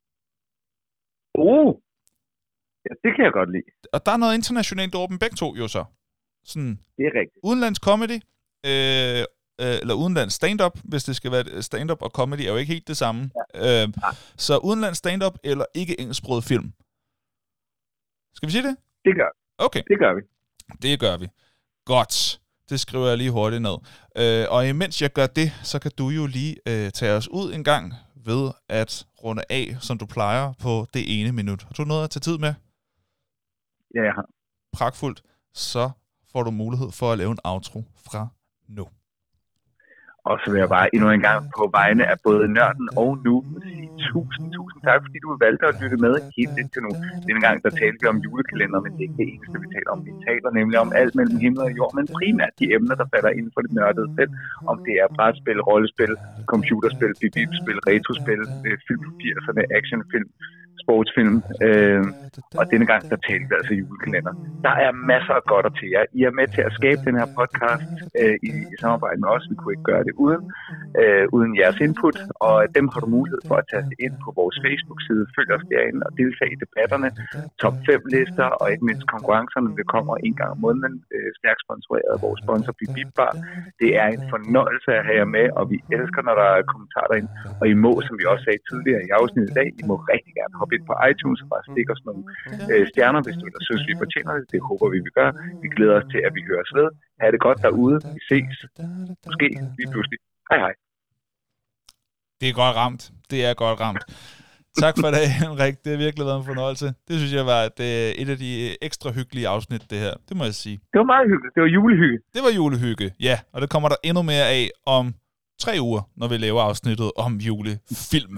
Oh, ja, det kan jeg godt lide. Og der er noget internationalt over dem begge to, jo så. Sådan, det er rigtigt. Udenlandsk comedy, øh, øh, eller udenlandsk stand-up, hvis det skal være stand-up og comedy, er jo ikke helt det samme. Ja. Øh, så udenlandsk stand-up eller ikke engelsksproget film. Skal vi sige det? Det gør vi. Okay. Det gør vi. Det gør vi. Godt. Det skriver jeg lige hurtigt ned. Øh, og imens jeg gør det, så kan du jo lige øh, tage os ud en gang ved at runde af, som du plejer, på det ene minut. Har du noget at tage tid med? Ja, jeg har. Pragtfuldt. Så får du mulighed for at lave en outro fra nu. Og så vil jeg bare endnu en gang på vegne af både nørden og nu sige tusind, tusind tak, fordi du valgte at lytte med helt lidt til nu. Denne gang, der talte vi om julekalender, men det er ikke det eneste, vi taler om. Vi taler nemlig om alt mellem himmel og jord, men primært de emner, der falder inden for det nørdede felt. Om det er brætspil, rollespil, computerspil, bibibspil, retrospil, film fra firserne, actionfilm, sportsfilm, øh, og denne gang, der talte vi altså julekalender. Der er masser af godt til jer. I er med til at skabe den her podcast øh, i, i samarbejde med os. Vi kunne ikke gøre det uden, øh, uden jeres input, og dem har du mulighed for at tage ind på vores Facebook-side, følg os derinde og deltage i debatterne, top fem lister og ikke mindst konkurrencerne, der kommer en gang om måneden, øh, stærkt sponsoreret af vores sponsor Bibibbar. Det er en fornøjelse at have jer med, og vi elsker, når der er kommentarer derinde, og I må, som vi også sagde tidligere i afsnittet i dag, I må rigtig gerne hoppe ind på iTunes og bare stikke os nogle øh, stjerner, hvis du ellers synes, vi fortjener det. Det håber vi, vi gør. Vi glæder os til, at vi høres ved. Ha' det godt derude. Vi ses. Måske lige pludselig. Hej hej. Det er godt ramt. Det er godt ramt. Tak for det, Henrik. Det har virkelig været en fornøjelse. Det synes jeg var et, et af de ekstra hyggelige afsnit, det her. Det må jeg sige. Det var meget hyggeligt. Det var julehygge. Det var julehygge, ja. Og det kommer der endnu mere af om tre uger, når vi laver afsnittet om julefilm.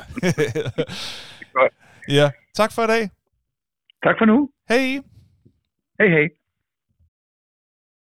Godt. Ja, tak for i dag. Tak for nu. Hej. Hej hej.